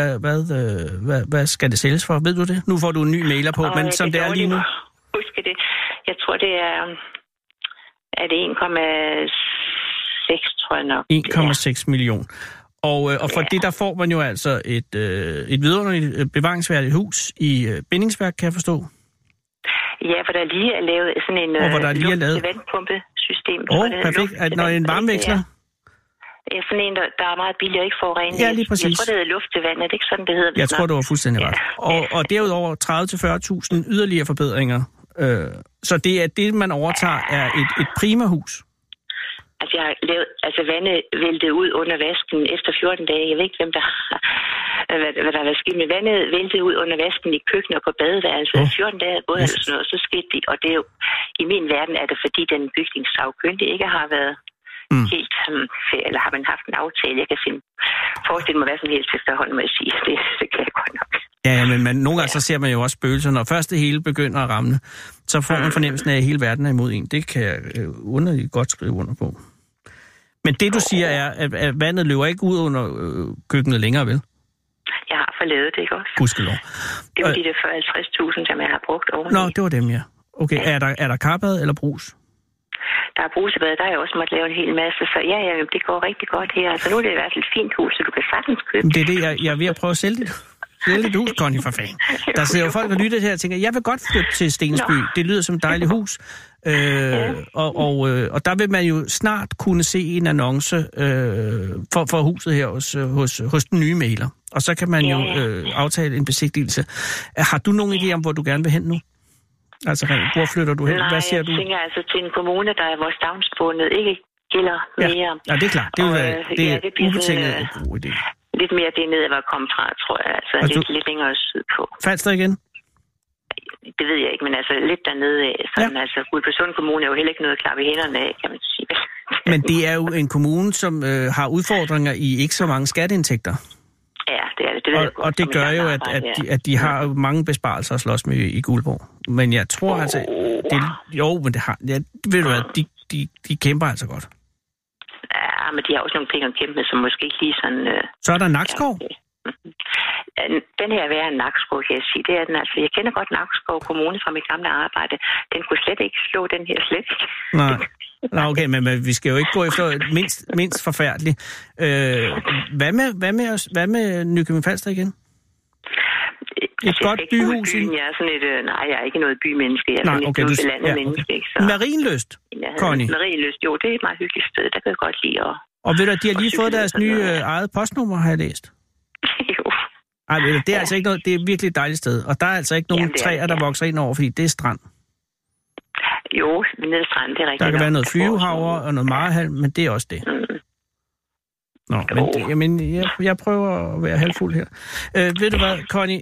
hvad skal det sælges for? Ved du det? Nu får du en ny mailer på, men som det er lige nu. Husk det. Jeg tror, det er det 1,6, tror jeg nok. 1,6 million. Og for det, der får man jo altså et vidunderligt bevaringsværdigt hus i bindingsværk, kan jeg forstå. Ja, for der lige er lavet sådan en vandpumpesystem. Perfekt. Når en varmeveksler? Ja, sådan en, der er meget billig og ikke forurenet. Ja, lige præcis. Jeg tror, det hedder luft til vand. Er det ikke sådan, det hedder? Jeg tror, du var fuldstændig ret. Og derudover 30-40.000 yderligere forbedringer. Så det er det, man overtager, er et primahus. Altså, jeg har lavet, vandet væltede ud under vasken efter 14 dage. Jeg ved ikke, hvem der hvad der var sket, men vandet væltede ud under vasken i køkkenet og på badeværelset. 14 dage både eller sådan noget, og så skete det. Og det er jo, i min verden er det, fordi den bygningssagkyndige ikke har været helt, eller har man haft en aftale. Jeg kan forestille mig hvad som helst efterhånden, må jeg sige. Det kan jeg godt nok. Ja, men nogle gange så ser man jo også spøgelser. Når først det hele begynder at ramle, så får man fornemmelsen af, at hele verden er imod en. Det kan jeg underligt godt skrive under på. Men det, du siger, er, at vandet løber ikke ud under køkkenet længere, vel? Jeg har få lavet det, ikke også? Gudskelov. Det var de der 40-50.000, som jeg har brugt oveni. Nå, det var dem, ja. Okay, ja. Er der karbad eller brus? Der er brusebad, der har jeg også måttet lave en hel masse, så ja, det går rigtig godt her. Altså nu er det i hvert fald et fint hus, så du kan sagtens købe. Det er det, jeg er ved at prøve at sælge det. Sælge det hus, Connie, for fanden. Der sidder jo folk og lytter her og tænker, jeg vil godt flytte til Stensby. Det lyder som et dejligt hus. Og der vil man jo snart kunne se en annonce for huset her hos den nye mailer. Og så kan man jo aftale en besigtigelse. Har du nogen idé om, hvor du gerne vil hen nu? Altså, hvor flytter du hen? Nej, hvad ser du? Jeg tænker altså til en kommune, der er vores stavnsbundet ikke gælder mere. Ja, det er klart. Det er ubetinget en god idé. Lidt mere det ned, hvor jeg kom fra, tror jeg. Altså lidt længere sydpå. Falster igen? Det ved jeg ikke, men altså lidt dernede af. Altså, Guldborgsund Kommune er jo heller ikke noget klar ved hænderne af, kan man sige. Men det er jo en kommune, som har udfordringer i ikke så mange skatteindtægter. Ja, det er det. Det ved jeg godt, og det gør jo, at de har mange besparelser at slås med i Guldborg. Men jeg tror altså... men det har... Ja, ved du hvad, de kæmper altså godt. Ja, men de har også nogle penge at kæmpe med, som måske ikke lige sådan... Så er der Nakskov? Den her værre end Nakskov, kan jeg sige. Det er den altså. Jeg kender godt Nakskov Kommune fra mit gamle arbejde. Den kunne slet ikke slå den her slet ikke. Nej. Nå, okay, men vi skal jo ikke gå efter mindst forfærdeligt. Hvad med Nykøbing Falster igen? Et godt byhus? Jeg er sådan et... nej, jeg er ikke noget bymenneske. Jeg er sådan et landet menneske. Ikke? Så... Marienlyst, Connie? Marienlyst, jo, det er et meget hyggeligt sted. Der kan jeg godt lide at... Og ved du, de har lige fået deres nye eget postnummer, har jeg læst. Jo. Ej, det er altså ikke noget... Det er virkelig et dejligt sted. Og der er altså ikke nogen træer, der vokser ind over, fordi det er strand. Jo, nede strand, det er rigtigt. Der kan være noget flyvehavre og noget marehalm, men det er også det. Nå, men jeg prøver at være halvfuld her. Ved du hvad, Connie?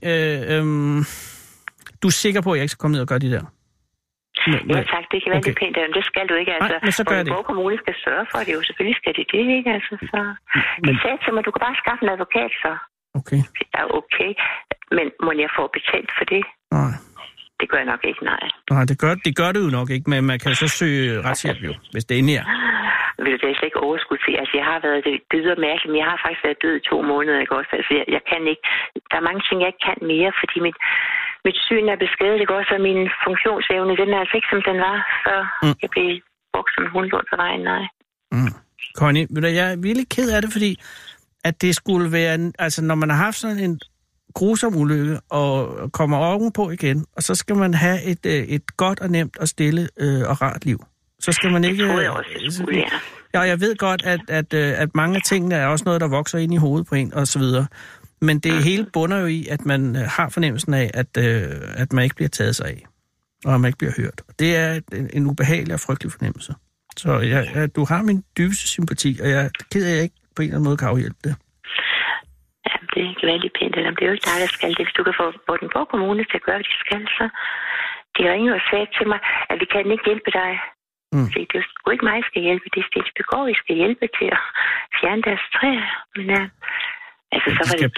Du er sikker på, at jeg ikke skal komme ned og gøre det der? Ja, tak. Det kan være lidt pænt, men det skal du ikke. Altså, men så gør det. Hvor kommunen skal sørge for det, jo selvfølgelig skal det ikke. Altså, så... De sagde til mig, du kan bare skaffe en advokat, så. Okay. Ja, okay. Men må jeg få betalt for det? Nej. Det gør jeg nok ikke, nej. Nej, det gør det jo nok ikke, men man kan så søge retshjælp jo, hvis det endelig er. Det er slet ikke overskud til. Altså, jeg har været det lyder mærkeligt, men jeg har faktisk været død i 2 måneder, ikke også? Altså, jeg kan ikke... Der er mange ting, jeg ikke kan mere, fordi mit syn er beskadiget, ikke også? Og min funktionsevne, den er altså ikke, som den var, før jeg blev brugt som hundlort på vejen, nej. Connie, jeg er virkelig ked af det, fordi at det skulle være... Altså, når man har haft sådan en grusom ulykke og kommer ovenpå igen, og så skal man have et godt og nemt og stille og rart liv. Så skal man ikke... Ja, jeg ved godt, at mange af tingene er også noget, der vokser ind i hovedet på en, og så videre. Men det hele bunder jo i, at man har fornemmelsen af, at man ikke bliver taget sig af, og at man ikke bliver hørt. Det er en ubehagelig og frygtelig fornemmelse. Så du har min dybeste sympati, og jeg er ked af, at jeg ikke på en eller anden måde kan afhjælpe det. Ja, det er ikke vældig pænt, eller det er jo ikke dig, der skal det. Hvis du kan få Vordingborg Kommune til at gøre, hvad de skal, så de ringede og sagde til mig, at vi kan ikke hjælpe dig. Så det er jo ikke mig, der skal hjælpe. Det er Stensbygård, vi skal hjælpe til at fjerne deres træer. Men altså, så var det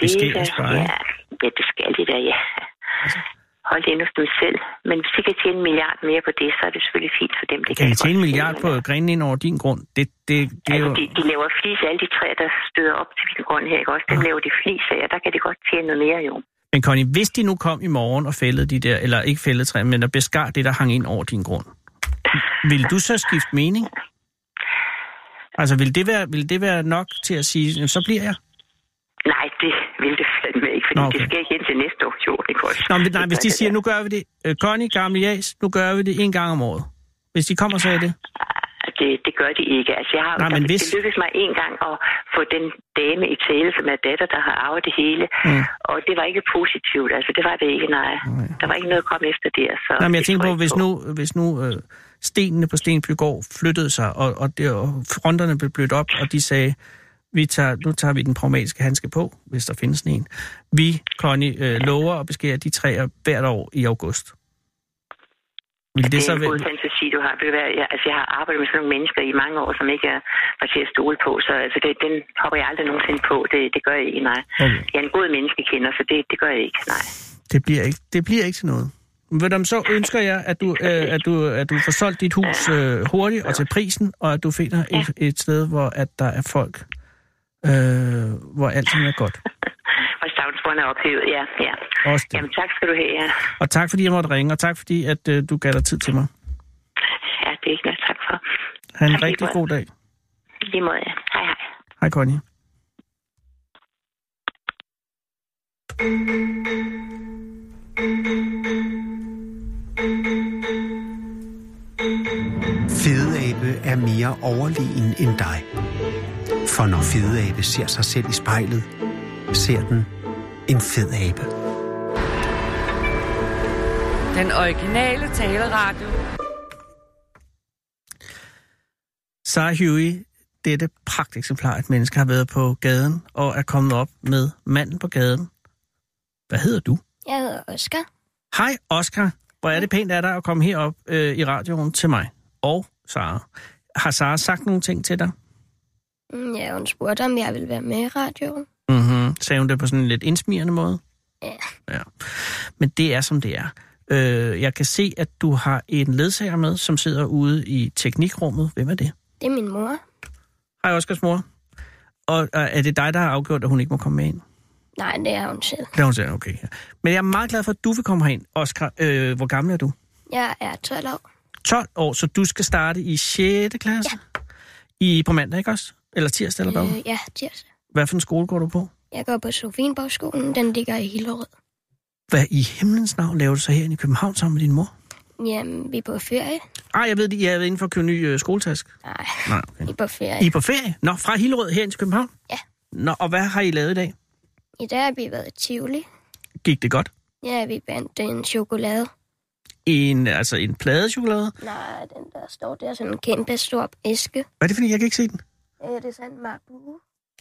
det skal de der, ja. Hold det endnu for dem selv. Men hvis de kan tjene 1 milliard mere på det, så er det selvfølgelig fint for dem. Kan de tjene 1 milliard på grenen ind over din grund? Det er altså, jo... de laver flis af alle de træer, der støder op til min grund her, ikke også? Dem laver de flis af, og der kan de godt tjene noget mere, jo. Men Connie, hvis de nu kom i morgen og fældede de der, eller ikke fældede træer, men der beskar det, der hang ind over din grund, vil du så skifte mening? Altså, vil det være nok til at sige, så bliver jeg? Nej, det vil det fandme ikke, fordi det skal ikke ind til næste år, jo, ikke også? Nej, hvis de siger, nu gør vi det, Connie, gamle Jas, nu gør vi det 1 gang om året. Hvis de kommer og sagde det? Det gør de ikke. Altså, det lykkedes mig 1 gang at få den dame i tale, som er datter, der har arvet det hele. Og det var ikke positivt. Altså, det var det ikke, nej. Der var ikke noget at komme efter der. Så men jeg tænker på, hvis nu stenene på Stenbygård flyttede sig, og fronterne blev blødt op, og de sagde, nu tager vi den pragmatiske handske på, hvis der findes en. Vi, Connie, lover at beskære de træer hvert år i august. Det er en god fantasi, du har. Jeg har arbejdet med sådan nogle mennesker i mange år, som ikke er til at stole på, så altså, den hopper jeg aldrig nogensinde på. Det gør jeg ikke, nej. Okay. Jeg er en god menneskekender, så det gør jeg ikke, nej. Det bliver ikke til noget. Men så ønsker jeg, at du får solgt dit hus hurtigt og til prisen, og at du finder et sted, hvor at der er folk, hvor alting er godt. grund af ophævet, ja. Også det. Jamen, tak skal du have, ja. Og tak, fordi jeg måtte ringe, og tak, fordi at du gav dig tid til mig. Ja, det er ikke noget, tak for. Ha' en rigtig god dag. Lige måde, ja. Hej. Hej, Connie. Fedeabe er mere overlegen end dig. For når fedeabe ser sig selv i spejlet, ser den en fed abe. Den originale taleradio. Sarah Huey, dette pragteksemplar, et menneske har været på gaden og er kommet op med manden på gaden. Hvad hedder du? Jeg hedder Oscar. Hej Oscar. Hvor er det pænt af dig at komme herop i radioen til mig. Og Sarah. Har Sarah sagt nogle ting til dig? Ja, hun spurgte, om jeg ville være med i radioen. Mhm. Sagde hun det på sådan en lidt indsmirrende måde? Ja. Men det er, som det er. Jeg kan se, at du har en ledsager med, som sidder ude i teknikrummet. Hvem er det? Det er min mor. Hej, Oscars mor. Og er det dig, der har afgjort, at hun ikke må komme med ind? Nej, det er hun selv. Det er hun selv, okay. Men jeg er meget glad for, at du vil komme herind. Oscar, hvor gammel er du? Jeg er 12 år. 12 år, så du skal starte i 6. klasse? Ja. På mandag, ikke også? Eller tirsdag, eller hvad? Ja, tirsdag. Hvad for en skole går du på? Jeg går på Sofienborgskolen. Den ligger i Hillerød. Hvad i himlens navn laver du så herinde i København sammen med din mor? Jamen, vi er på ferie. Jeg ved det. Jeg er inde for at købe ny skoletask. Nej, okay. Vi er på ferie. I er på ferie? Nå, fra Hillerød herind til København? Ja. Nå, og hvad har I lavet i dag? I dag har vi været i Tivoli. Gik det godt? Ja, vi bandt en chokolade. En pladechokolade? Nej, den der står der, sådan en kæmpe stor æske. Hvad er det for en? Jeg kan ikke se den. Det er sådan en Marabou.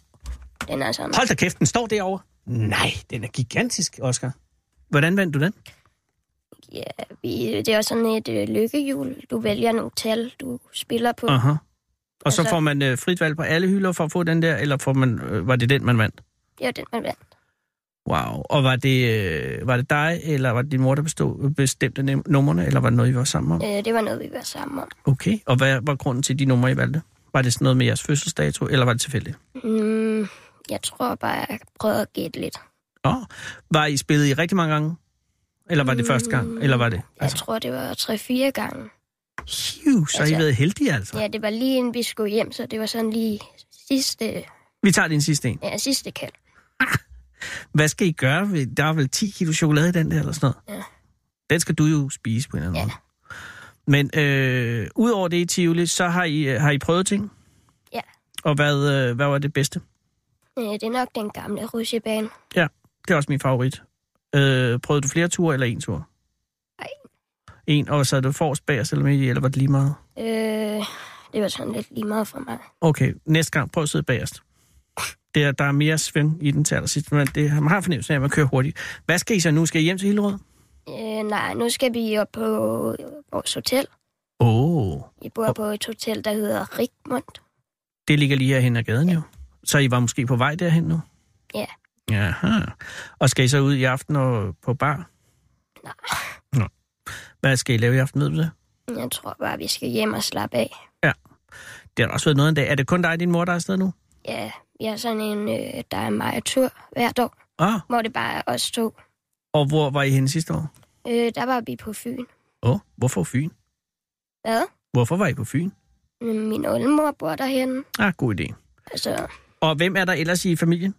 Den er sådan... Hold da kæft, den står derovre. Nej, den er gigantisk, Oscar. Hvordan vandt du den? Ja, det er sådan et lykkehjul. Du vælger nogle tal, du spiller på. Aha. Og så får man frit valg på alle hylder for at få den der, eller var det den, man vandt? Det var den, man vandt. Wow. Og var det dig, eller var det din mor, der bestemte numrene, eller var det noget, I var sammen om? Det var noget, vi var sammen om. Okay. Og hvad var grunden til de numre, I valgte? Var det sådan noget med jeres fødselsdato, eller var det tilfældigt? Jeg tror bare, jeg prøvede at gætte lidt. Var I spillet i rigtig mange gange? Eller var det første gang? Eller var det? Jeg tror, det var 3-4 gange. Så I været heldige, altså? Ja, det var lige inden vi skulle hjem, så det var sådan lige sidste... Vi tager din sidste en? Ja, sidste kald. Hvad skal I gøre? Der er vel 10 kilo chokolade i den der, eller sådan noget? Ja. Den skal du jo spise på en eller anden måde. Men udover det i Tivoli, så har I prøvet ting? Ja. Og hvad var det bedste? Det er nok den gamle rutsjebane. Ja, det er også min favorit. Prøvede du flere ture eller en tur? Nej. En, og så er du forrest, bagerst eller midt i, eller var det lige meget? Det var sådan lidt lige meget for mig. Okay, næste gang prøv at sidde bagerst. Der er mere sving i den til allersidst, men man har fornemmelsen af, at man kører hurtigt. Hvad skal I så nu? Skal I hjem til Hillerød? Nej, nu skal vi op på vores hotel. Vi bor på et hotel, der hedder Rigmund. Det ligger lige herhen ad gaden jo. Så I var måske på vej derhen nu? Ja. Jaha. Og skal I så ud i aften og på bar? Nej. Nå. Hvad skal I lave i aften, ved du det? Jeg tror bare, vi skal hjem og slappe af. Ja. Det har også været noget en dag. Er det kun dig og din mor, der er afsted nu? Ja, vi har sådan en, der er mig tur hvert år. Hvor det bare er os to. Og hvor var I henne sidste år? Der var vi på Fyn. Hvorfor Fyn? Hvad? Hvorfor var I på Fyn? Min oldemor bor derhenne. God idé. Altså... Og hvem er der ellers i familien?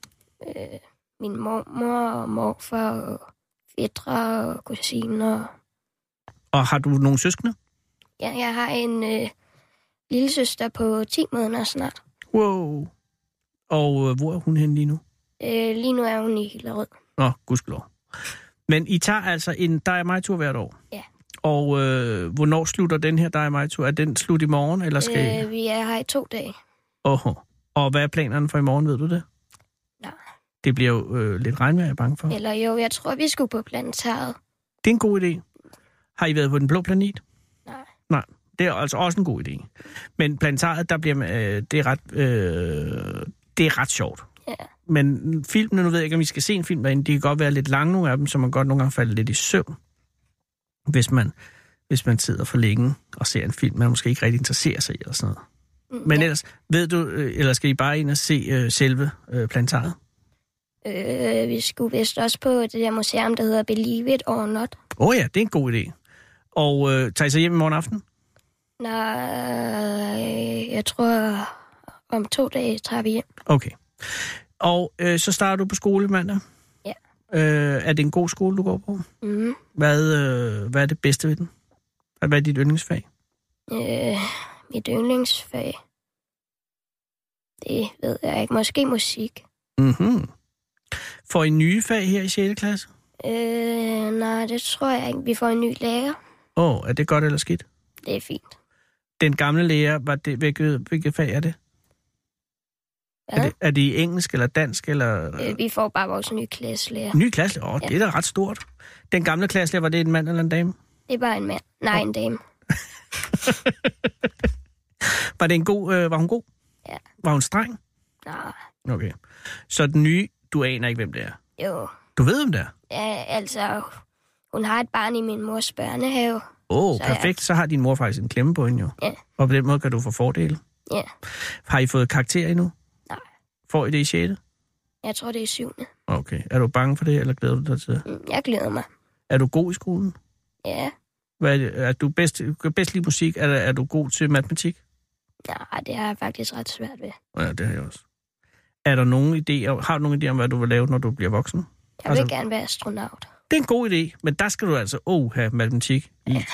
Min mormor og morfar og fætre og kusiner. Og har du nogle søskende? Ja, jeg har en lille søster på 10 måneder snart. Wow. Og hvor er hun henne lige nu? Lige nu er hun i Hillerød. Gudskelov. Men I tager altså en dig og mig-tur hvert år? Ja. Og hvornår slutter den her dig og mig-tur? Er den slut i morgen, eller skal vi er her i 2 dage. Og hvad er planerne for i morgen, ved du det? Nej. Det bliver jo lidt regnvejr, jeg er bange for. Eller jo, jeg tror, vi skulle på planetariet. Det er en god idé. Har I været på den blå planet? Nej. Det er altså også en god idé. Men planetariet, der bliver det er ret sjovt. Ja. Men filmene, nu ved jeg ikke, om I skal se en film derinde, de kan godt være lidt lange, nogle af dem, så man godt nogle gange falder lidt i søvn. Hvis man sidder for længe og ser en film, man måske ikke rigtig interesserer sig i eller sådan noget. Men ellers, ved du, eller skal I bare ind og se selve planetariet? Vi skulle vist også på det der museum, der hedder Believe It or Not. Ja, det er en god idé. Og tager I så hjem i morgen aften? Nej, jeg tror, om 2 dage tager vi hjem. Okay. Og så starter du på skole mandag? Ja. Er det en god skole, du går på? Mhm. Hvad er det bedste ved den? Hvad er dit yndlingsfag? Mit yndlingsfag? Det ved jeg ikke. Måske musik. Mhm. Får I nye fag her i 6. klasse? Nej, det tror jeg ikke. Vi får en ny lærer. Er det godt eller skidt? Det er fint. Den gamle lærer, hvilket fag er det? Er det i engelsk eller dansk? Eller? Vi får bare vores nye klasselærer. Ny klasselærer? Det er da ret stort. Den gamle klasselærer, var det en mand eller en dame? Det er bare en mand. Nej, en dame. Var hun god? Ja. Var hun streng? Nej. Okay. Så den nye, du aner ikke, hvem det er? Jo. Du ved, hvem det er? Ja, altså, hun har et barn i min mors børnehave. Perfekt. Så har din mor faktisk en klemme på hende jo. Ja. Og på den måde kan du få fordele. Ja. Har I fået karakter endnu? Nej. Får I det i 6? Jeg tror, det er 7. Okay. Er du bange for det, eller glæder du dig til det? Jeg glæder mig. Er du god i skolen? Ja. Hvad er det? Er du bedst lide musik? Er du god til matematik? Nej, det har jeg faktisk ret svært ved. Ja, det har jeg også. Har du nogen idé om, hvad du vil lave, når du bliver voksen? Jeg vil gerne være astronaut. Det er en god idé, men der skal du altså have matematik i. Ja.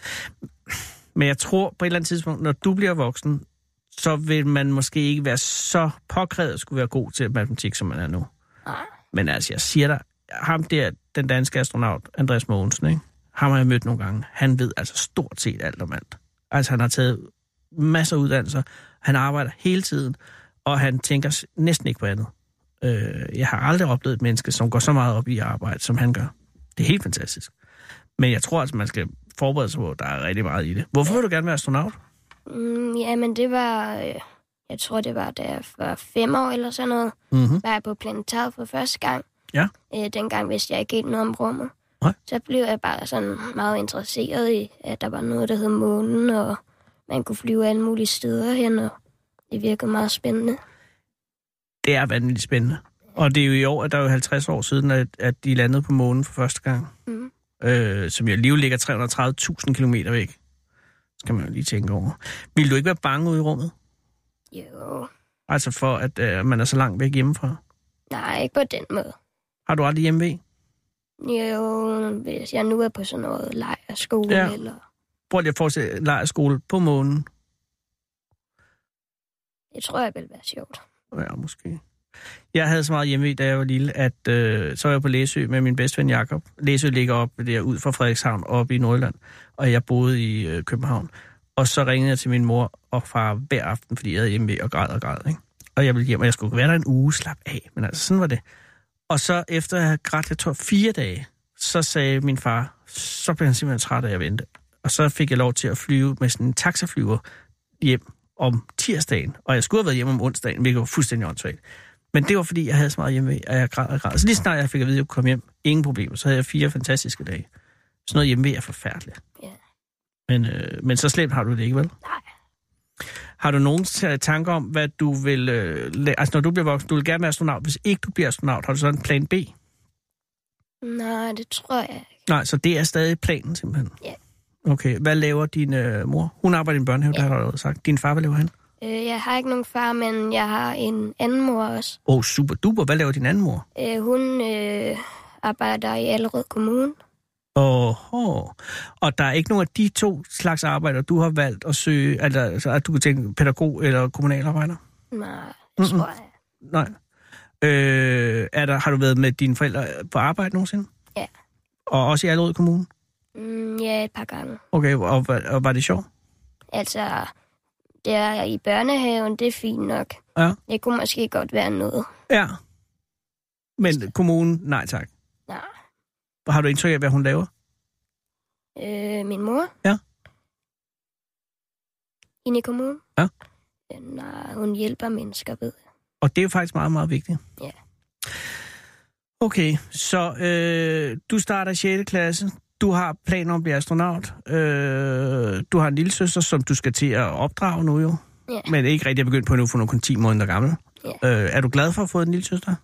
Men jeg tror på et eller andet tidspunkt, når du bliver voksen, så vil man måske ikke være så påkrævet at skulle være god til matematik, som man er nu. Nej. Men altså, jeg siger dig, ham der, den danske astronaut, Andreas Mogensen, ikke? Ham har jeg mødt nogle gange. Han ved altså stort set alt om alt. Altså, han har taget masser af uddannelser. Han arbejder hele tiden, og han tænker næsten ikke på andet. Jeg har aldrig oplevet et menneske, som går så meget op i arbejde, som han gør. Det er helt fantastisk. Men jeg tror altså, man skal forberede sig på, at der er rigtig meget i det. Hvorfor vil du gerne være astronaut? Jamen, det var... jeg tror, det var da jeg var 5 år eller sådan noget. Var jeg på planetariet for første gang. Ja. Dengang vidste jeg ikke helt noget om rummet. Nej. Så blev jeg bare sådan meget interesseret i, at der var noget, der hed månen, og man kunne flyve alle mulige steder hen, og det virkede meget spændende. Det er vanvittigt spændende. Og det er jo i år, at der er jo 50 år siden, at de landede på månen for første gang. Som jo alligevel ligger 330.000 kilometer væk. Skal man jo lige tænke over. Vil du ikke være bange ude i rummet? Jo. Altså for, at man er så langt væk hjemmefra? Nej, ikke på den måde. Har du aldrig hjemme? Jo, hvis jeg nu er på sådan noget lejrskole, ja. Eller... Prøv lige at forestille lejrskole på månen. Det tror jeg vil være sjovt. Ja, måske. Jeg havde så meget hjemme, da jeg var lille, at så var jeg på Læsø med min bedste ven Jakob. Læsø ligger op der ud fra Frederikshavn, oppe i Nordjylland, og jeg boede i København. Og så ringede jeg til min mor og far hver aften, fordi jeg havde hjemme og græd, ikke? Og jeg ville hjem, og jeg skulle være der en uge, slap af. Men altså, sådan var det. Og så efter at have grædt, jeg tror 4 dage, så sagde min far, så blev han simpelthen træt af at vente. Og så fik jeg lov til at flyve med sådan en taxaflyver hjem om tirsdagen. Og jeg skulle have været hjemme om onsdagen, hvilket var fuldstændig åndssvagt. Men det var, fordi jeg havde så meget hjemme, og jeg græd. Så lige snart jeg fik at vide, at jeg kunne komme hjem, ingen problemer. Så havde jeg 4 fantastiske dage. Sådan noget hjemme er forfærdeligt. Yeah. Men så slemt har du det ikke, vel? Nej. Har du nogen tanker om, hvad du vil... altså, når du bliver voksen, du vil gerne være astronaut. Hvis ikke du bliver astronaut, har du så en plan B? Nej, det tror jeg ikke. Nej, så det er stadig planen, simpelthen? Ja. Yeah. Okay, hvad laver din mor? Hun arbejder i en børnehave, det har du allerede sagt. Din far, hvad laver han? Jeg har ikke nogen far, men jeg har en anden mor også. Super duper. Hvad laver din anden mor? Hun arbejder i Allerød Kommune. Og der er ikke nogen af de 2 slags arbejder, du har valgt at søge, altså at du kan tænke pædagog eller kommunalarbejder? Nej, det tror jeg. Nej. Har du været med dine forældre på arbejde nogensinde? Ja. Og også i Allerød Kommune? Ja, et par gange. Okay, og var det sjovt? Altså, det er i børnehaven, det er fint nok. Ja. Det kunne måske godt være noget. Ja. Men kommunen, nej tak. Nej. Har du indtryk af, hvad hun laver? Min mor? Ja. Inde i kommunen? Ja. Nej, hun hjælper mennesker, ved jeg. Og det er jo faktisk meget, meget vigtigt. Ja. Okay, så du starter i 6. klasse. Du har planer om at blive astronaut. Du har en lille søster, som du skal til at opdrage nu jo. Ja. Men ikke rigtig er begyndt på nu, for nu kun 10 måneder gammel. Ja. Er du glad for at få en lille søster? Ja.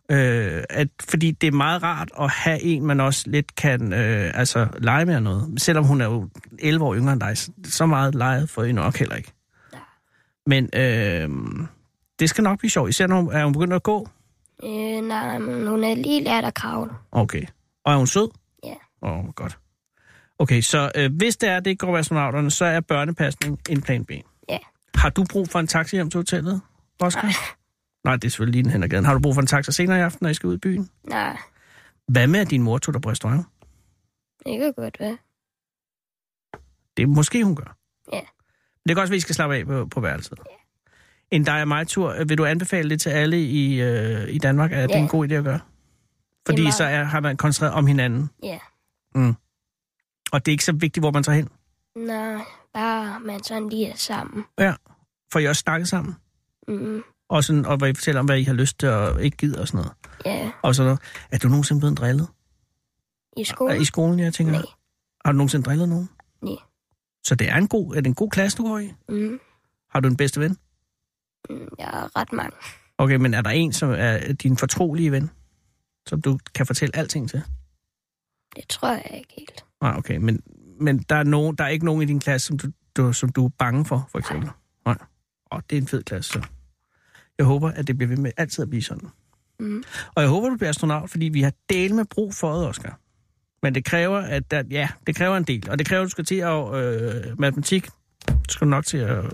Fordi det er meget rart at have en, man også lidt kan lege med noget. Selvom hun er jo 11 år yngre end dig, så meget leget for hende nok heller ikke. Ja. Men det skal nok blive sjovt, især når hun begyndt at gå. Nej, men hun er lige lært at kravle. Okay. Og er hun sød? Ja. Godt. Okay, så hvis det ikke går ved astronauterne, så er børnepasning en plan B. Ja. Har du brug for en taxi hjem til hotellet, Oscar? Nej, det er selvfølgelig lige den hen ad gaden. Har du brug for en taxa senere i aften, når I skal ud i byen? Nej. Hvad med, at din mor tog dig på restaurant? Det kan godt være. Det er måske, hun gør. Ja. Det kan også være, at I skal slappe af på værelset. Ja. En dig og mig-tur, vil du anbefale det til alle i Danmark? Er det en god idé at gøre? Fordi så har man koncentreret om hinanden. Ja. Mm. Og det er ikke så vigtigt, hvor man tager hen? Nej, bare man sådan lige er sammen. Ja, for I også snakket sammen? Mhm. Og hvor I fortæller om, hvad I har lyst til og ikke gider og sådan noget? Ja. Og sådan noget. Er du nogensinde blevet drillet? I skolen? I skolen, jeg tænker. Nej. Har du nogensinde drillet nogen? Nej. Så det er en god klasse, du går i? Mhm. Har du en bedste ven? Jeg har ret mange. Okay, men er der en, som er din fortrolige ven? Som du kan fortælle alting til? Det tror jeg ikke helt. Nej, okay, men der er ikke nogen i din klasse, som du er bange for eksempel? Nej. Det er en fed klasse, så. Jeg håber, at det bliver ved med altid at blive sådan. Mm. Og jeg håber, du bliver astronaut, fordi vi har del med brug for det, Oscar. Men det kræver, det kræver en del. Og det kræver, at du skal til at matematik. Du skal nok til at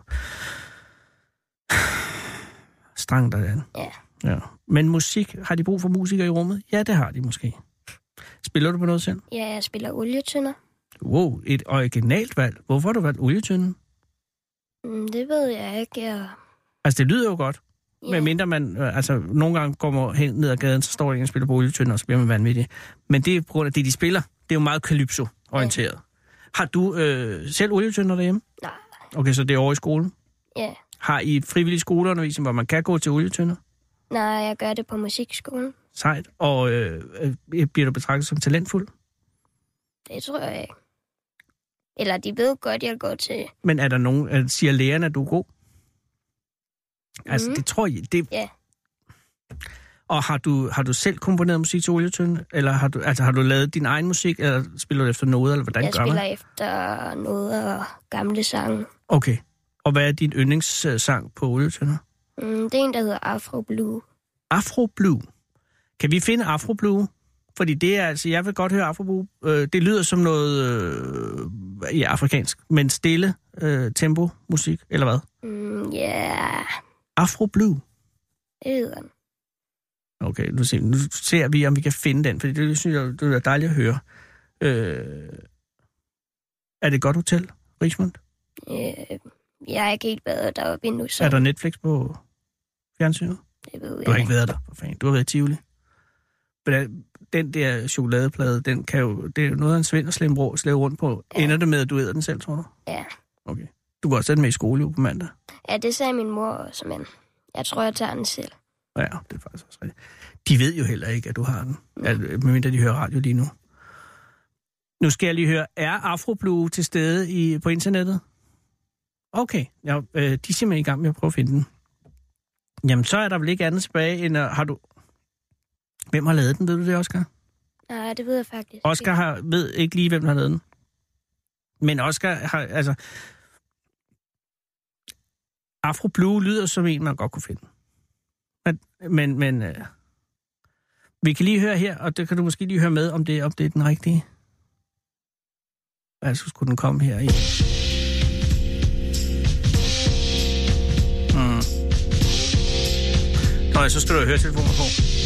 strange dig an. Ja. Men musik, har de brug for musikere i rummet? Ja, det har de måske. Spiller du på noget selv? Ja, jeg spiller olietønder. Wow, et originalt valg. Hvorfor har du valgt olietønden? Det ved jeg ikke. Altså, det lyder jo godt. Yeah. Men mindre man, nogle gange går man hen ned ad gaden, så står der en og spiller på olietønder, og så bliver man vanvittig. Men det er på grund af det, de spiller. Det er jo meget calypso-orienteret. Yeah. Har du selv olietønder derhjemme? Nej. Okay, så det er over i skolen? Ja. Yeah. Har I frivillig skoleundervisning, hvor man kan gå til olietønder? Nej, jeg gør det på musikskolen. Sejt. Og bliver du betragtet som talentfuld? Det tror jeg ikke. Eller de ved godt, jeg går til... Men er der nogen, siger lærerne, at du er god? Altså, det tror jeg... Ja. Og har du selv komponeret musik til olietønden? Eller har du lavet din egen musik, eller spiller du efter noder, eller hvordan gør man? Jeg spiller efter noder og gamle sange. Okay. Og hvad er din yndlingssang på olietønder? Det er en, der hedder Afro Blue. Afro Blue? Kan vi finde Afro Blue? Fordi det er jeg vil godt høre Afro Blue. Det lyder som noget afrikansk, men stille tempo musik, eller hvad? Yeah. Afro Blue? Det hedder den. Okay, nu ser vi, om vi kan finde den, fordi det synes jeg, det er dejligt at høre. Er det et godt hotel, Richmond? Jeg har ikke helt været deroppe endnu. Så... Er der Netflix på fjernsynet? Det ved jeg. Du har ikke været der, for fanden. Du har været i Tivoli. Den der chokoladeplade, det er jo noget af en svend og slæve rundt på. Ja. Ender det med, at du æder den selv, tror du? Ja. Okay. Du var også den med i skole på mandag? Ja, det sagde min mor også, men jeg tror, jeg tager den selv. Ja, det er faktisk også rigtigt. De ved jo heller ikke, at du har den. Medmindre de hører radio lige nu. Nu skal jeg lige høre, er Afro Blue til stede på internettet? Okay, ja, de er simpelthen i gang med at prøve at finde den. Jamen, så er der vel ikke andet tilbage, end har du... Hvem har lavet den, ved du det, Oscar? Nej, det ved jeg faktisk Oscar ved ikke lige, hvem har lavet den. Men Oscar har, Afro Blue lyder som en, man godt kunne finde. Men vi kan lige høre her, og det kan du måske lige høre med, om det er den rigtige. Altså, skulle den komme her i... Nå, så skal du høre telefonen på.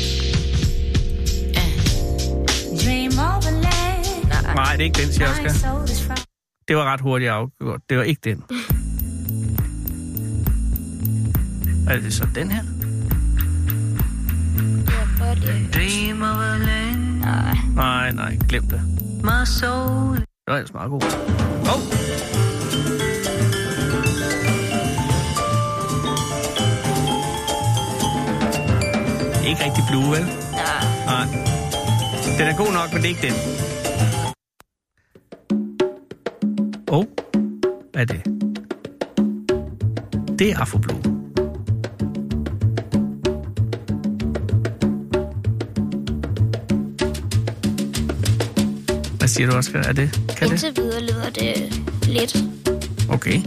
Nej, det er ikke den, siger Oscar. Det var ret hurtigt afgjort. Det var ikke den. Er det så den her? Nej, glem det. Det var ellers meget god. Det er ikke rigtig blue, vel? Nej. Den er god nok, men det er ikke den. Hvad er det? Det er Afro Blue. Hvad siger du, Oscar? Er det? Kan indtil videre lyder det lidt. Okay.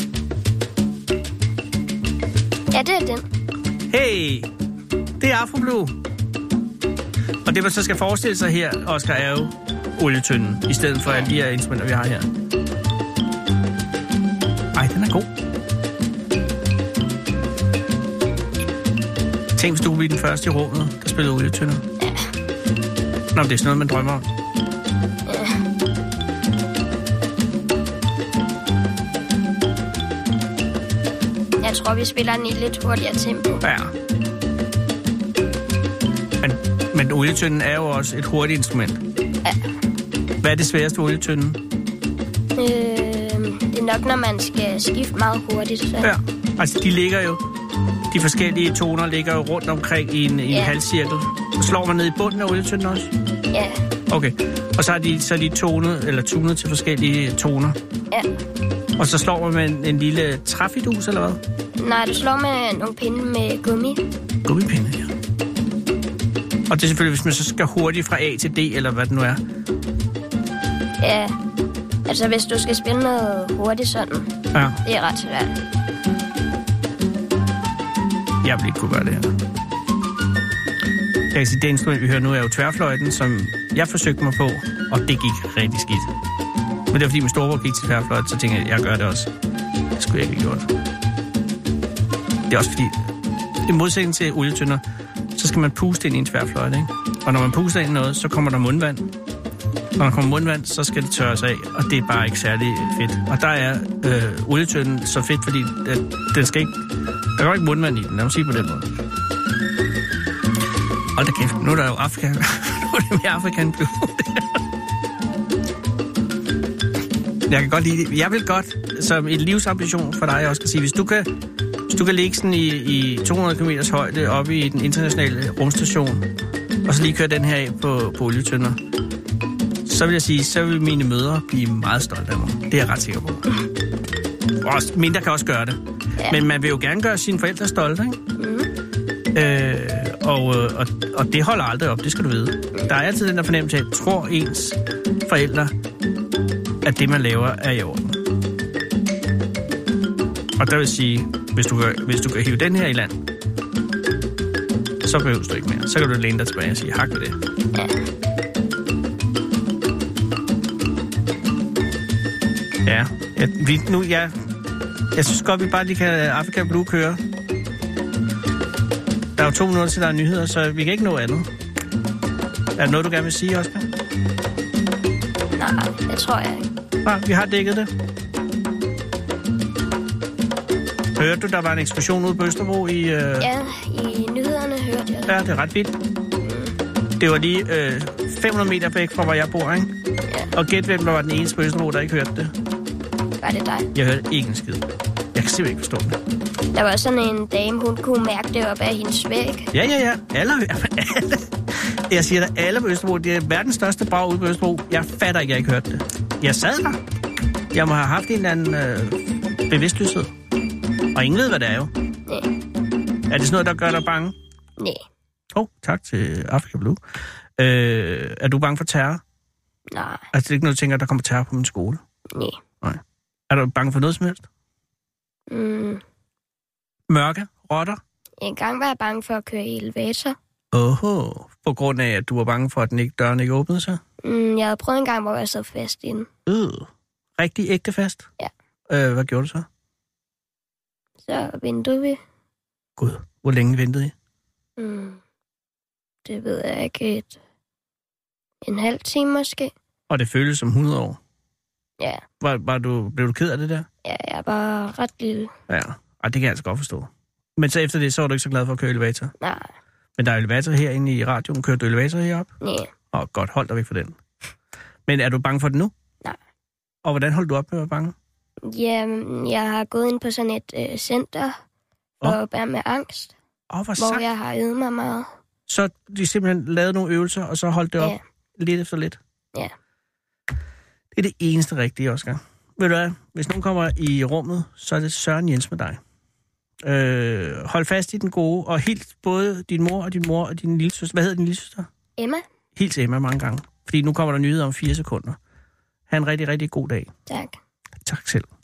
Ja, det er den. Hey! Det er Afroblue. Og det, man så skal forestille sig her, Oscar, er jo olietønden, i stedet for alle de her instrumenter, vi har her. Ej, den er god. Tænk, hvis du var den første i rummet, der spillede olietønder. Ja. Nå, det er sådan noget, man drømmer om. Ja. Jeg tror, vi spiller den i lidt hurtigere tempo. Ja. Men olietønden er jo også et hurtigt instrument. Ja. Hvad er det sværeste olietønden? Det er nok, når man skal skifte meget hurtigt. Så. Ja, altså de ligger jo, de forskellige toner ligger jo rundt omkring i en halvcirkel. Slår man ned i bunden af olietønden også? Ja. Okay, og så er de tonet, eller tunet til forskellige toner? Ja. Og så slår man med en lille træfidus, eller hvad? Nej, du slår med nogle pinde med gummi. Gummipinde, ja. Og det er selvfølgelig, hvis man så skal hurtigt fra A til D, eller hvad det nu er. Ja, altså hvis du skal spille noget hurtigt sådan, ja. Det er ret svært. Jeg vil ikke kunne gøre det her. Jeg kan sige, det instrument, vi hører nu, er jo tværfløjten, som jeg forsøgte mig på, og det gik rigtig skidt. Men det var fordi min storebror gik til tværfløjt, så tænkte jeg, jeg gør det også. Det skulle jeg ikke have gjort. Det er også fordi, i modsætning til olietønder, så skal man puste ind i en tværfløjte, ikke? Og når man puster ind i noget, så kommer der mundvand. Når der kommer mundvand, så skal det tørres af, og det er bare ikke særlig fedt. Og der er olietønden så fedt, fordi den skal ikke... Der går ikke mundvand i den, lad mig sige på den måde. Hold da kæft, nu er der jo Afrika. Nu er det mere Afrikan Blue. Jeg kan godt lide det. Jeg vil godt, som en livsambition for dig også, kan sige, hvis du kan ligge sådan i 200 km højde oppe i den internationale rumstation, og så lige køre den her af på olietønder, så vil jeg sige, så vil mine mødre blive meget stolte af mig. Det er jeg ret sikker på. Også mindre kan også gøre det. Ja. Men man vil jo gerne gøre sine forældre stolte, ikke? Og det holder aldrig op, det skal du vide. Der er altid den der fornemmelse af, at tror ens forældre, at det, man laver, er i orden. Og der vil sige, hvis du kan hive den her i land, så behøver du ikke mere. Så kan du læne dig tilbage og sige, hak ved det. Ja. Jeg synes godt, vi bare lige kan Afrika Blue køre. Der er jo 2 minutter til, der er nyheder, så vi kan ikke nå andet. Er der noget, du gerne vil sige, Oscar? Nej, det tror jeg ikke. Nej, vi har dækket det. Hørte du, der var en eksplosion ude på Østerbro i... Ja, i nyhederne hørte jeg det. Ja, det er ret vildt. Det var lige 500 meter væk fra, hvor jeg bor, ikke? Ja. Og gæt hvem, der var den eneste på Østerbro, der ikke hørte det. Var det dig? Jeg hørte ikke en skid. Jeg kan simpelthen ikke forstå det. Der var sådan en dame, hun kunne mærke det op af hendes væg. Ja. Alle. Jeg siger dig, alle på Østerbro. Det er verdens største brag ude på Østerbro. Jeg fatter ikke, jeg ikke hørte det. Jeg sad der. Jeg må have haft en eller anden bevidstløshed. Og ingen ved, hvad det er jo. Nej. Er det sådan noget, der gør dig bange? Nej. Tak til Afrika Blue. Er du bange for terror? Nej. Altså, det er ikke noget, du tænker, der kommer terror på min skole? Nej. Er du bange for noget som helst? Mørke? Rotter? En gang var jeg bange for at køre i elevator. På grund af, at du var bange for, at døren ikke åbnede sig? Jeg havde prøvet en gang, hvor jeg sad fast inde. Rigtig ægte fast? Ja. Hvad gjorde du så? Så ventede vi. Gud, hvor længe ventede I? Det ved jeg ikke. En halv time måske. Og det føltes som 100 år? Ja. Blev du ked af det der? Ja, jeg var ret lille. Ja, det kan jeg altså godt forstå. Men så efter det, så var du ikke så glad for at køre elevator? Nej. Men der er elevator herinde i radioen. Kørte du elevator herop? Nej. Godt, hold dig væk for den. Men er du bange for det nu? Nej. Og hvordan holdt du op med at være bange? Ja, jeg har gået ind på sådan et center for at bære med angst. Hvor jeg har øvet mig meget. Så de simpelthen lavede nogle øvelser, og så holdt det op lidt efter lidt? Ja. Det er det eneste rigtige, Oscar. Ved du hvad? Hvis nogen kommer i rummet, så er det Søren Jens med dig. Hold fast i den gode, og helt både din mor og din lillesøster. Hvad hedder din lillesøster? Emma. Helt til Emma mange gange. Fordi nu kommer der nyheder om 4 sekunder. Ha' en rigtig, rigtig god dag. Tak. Tak selv.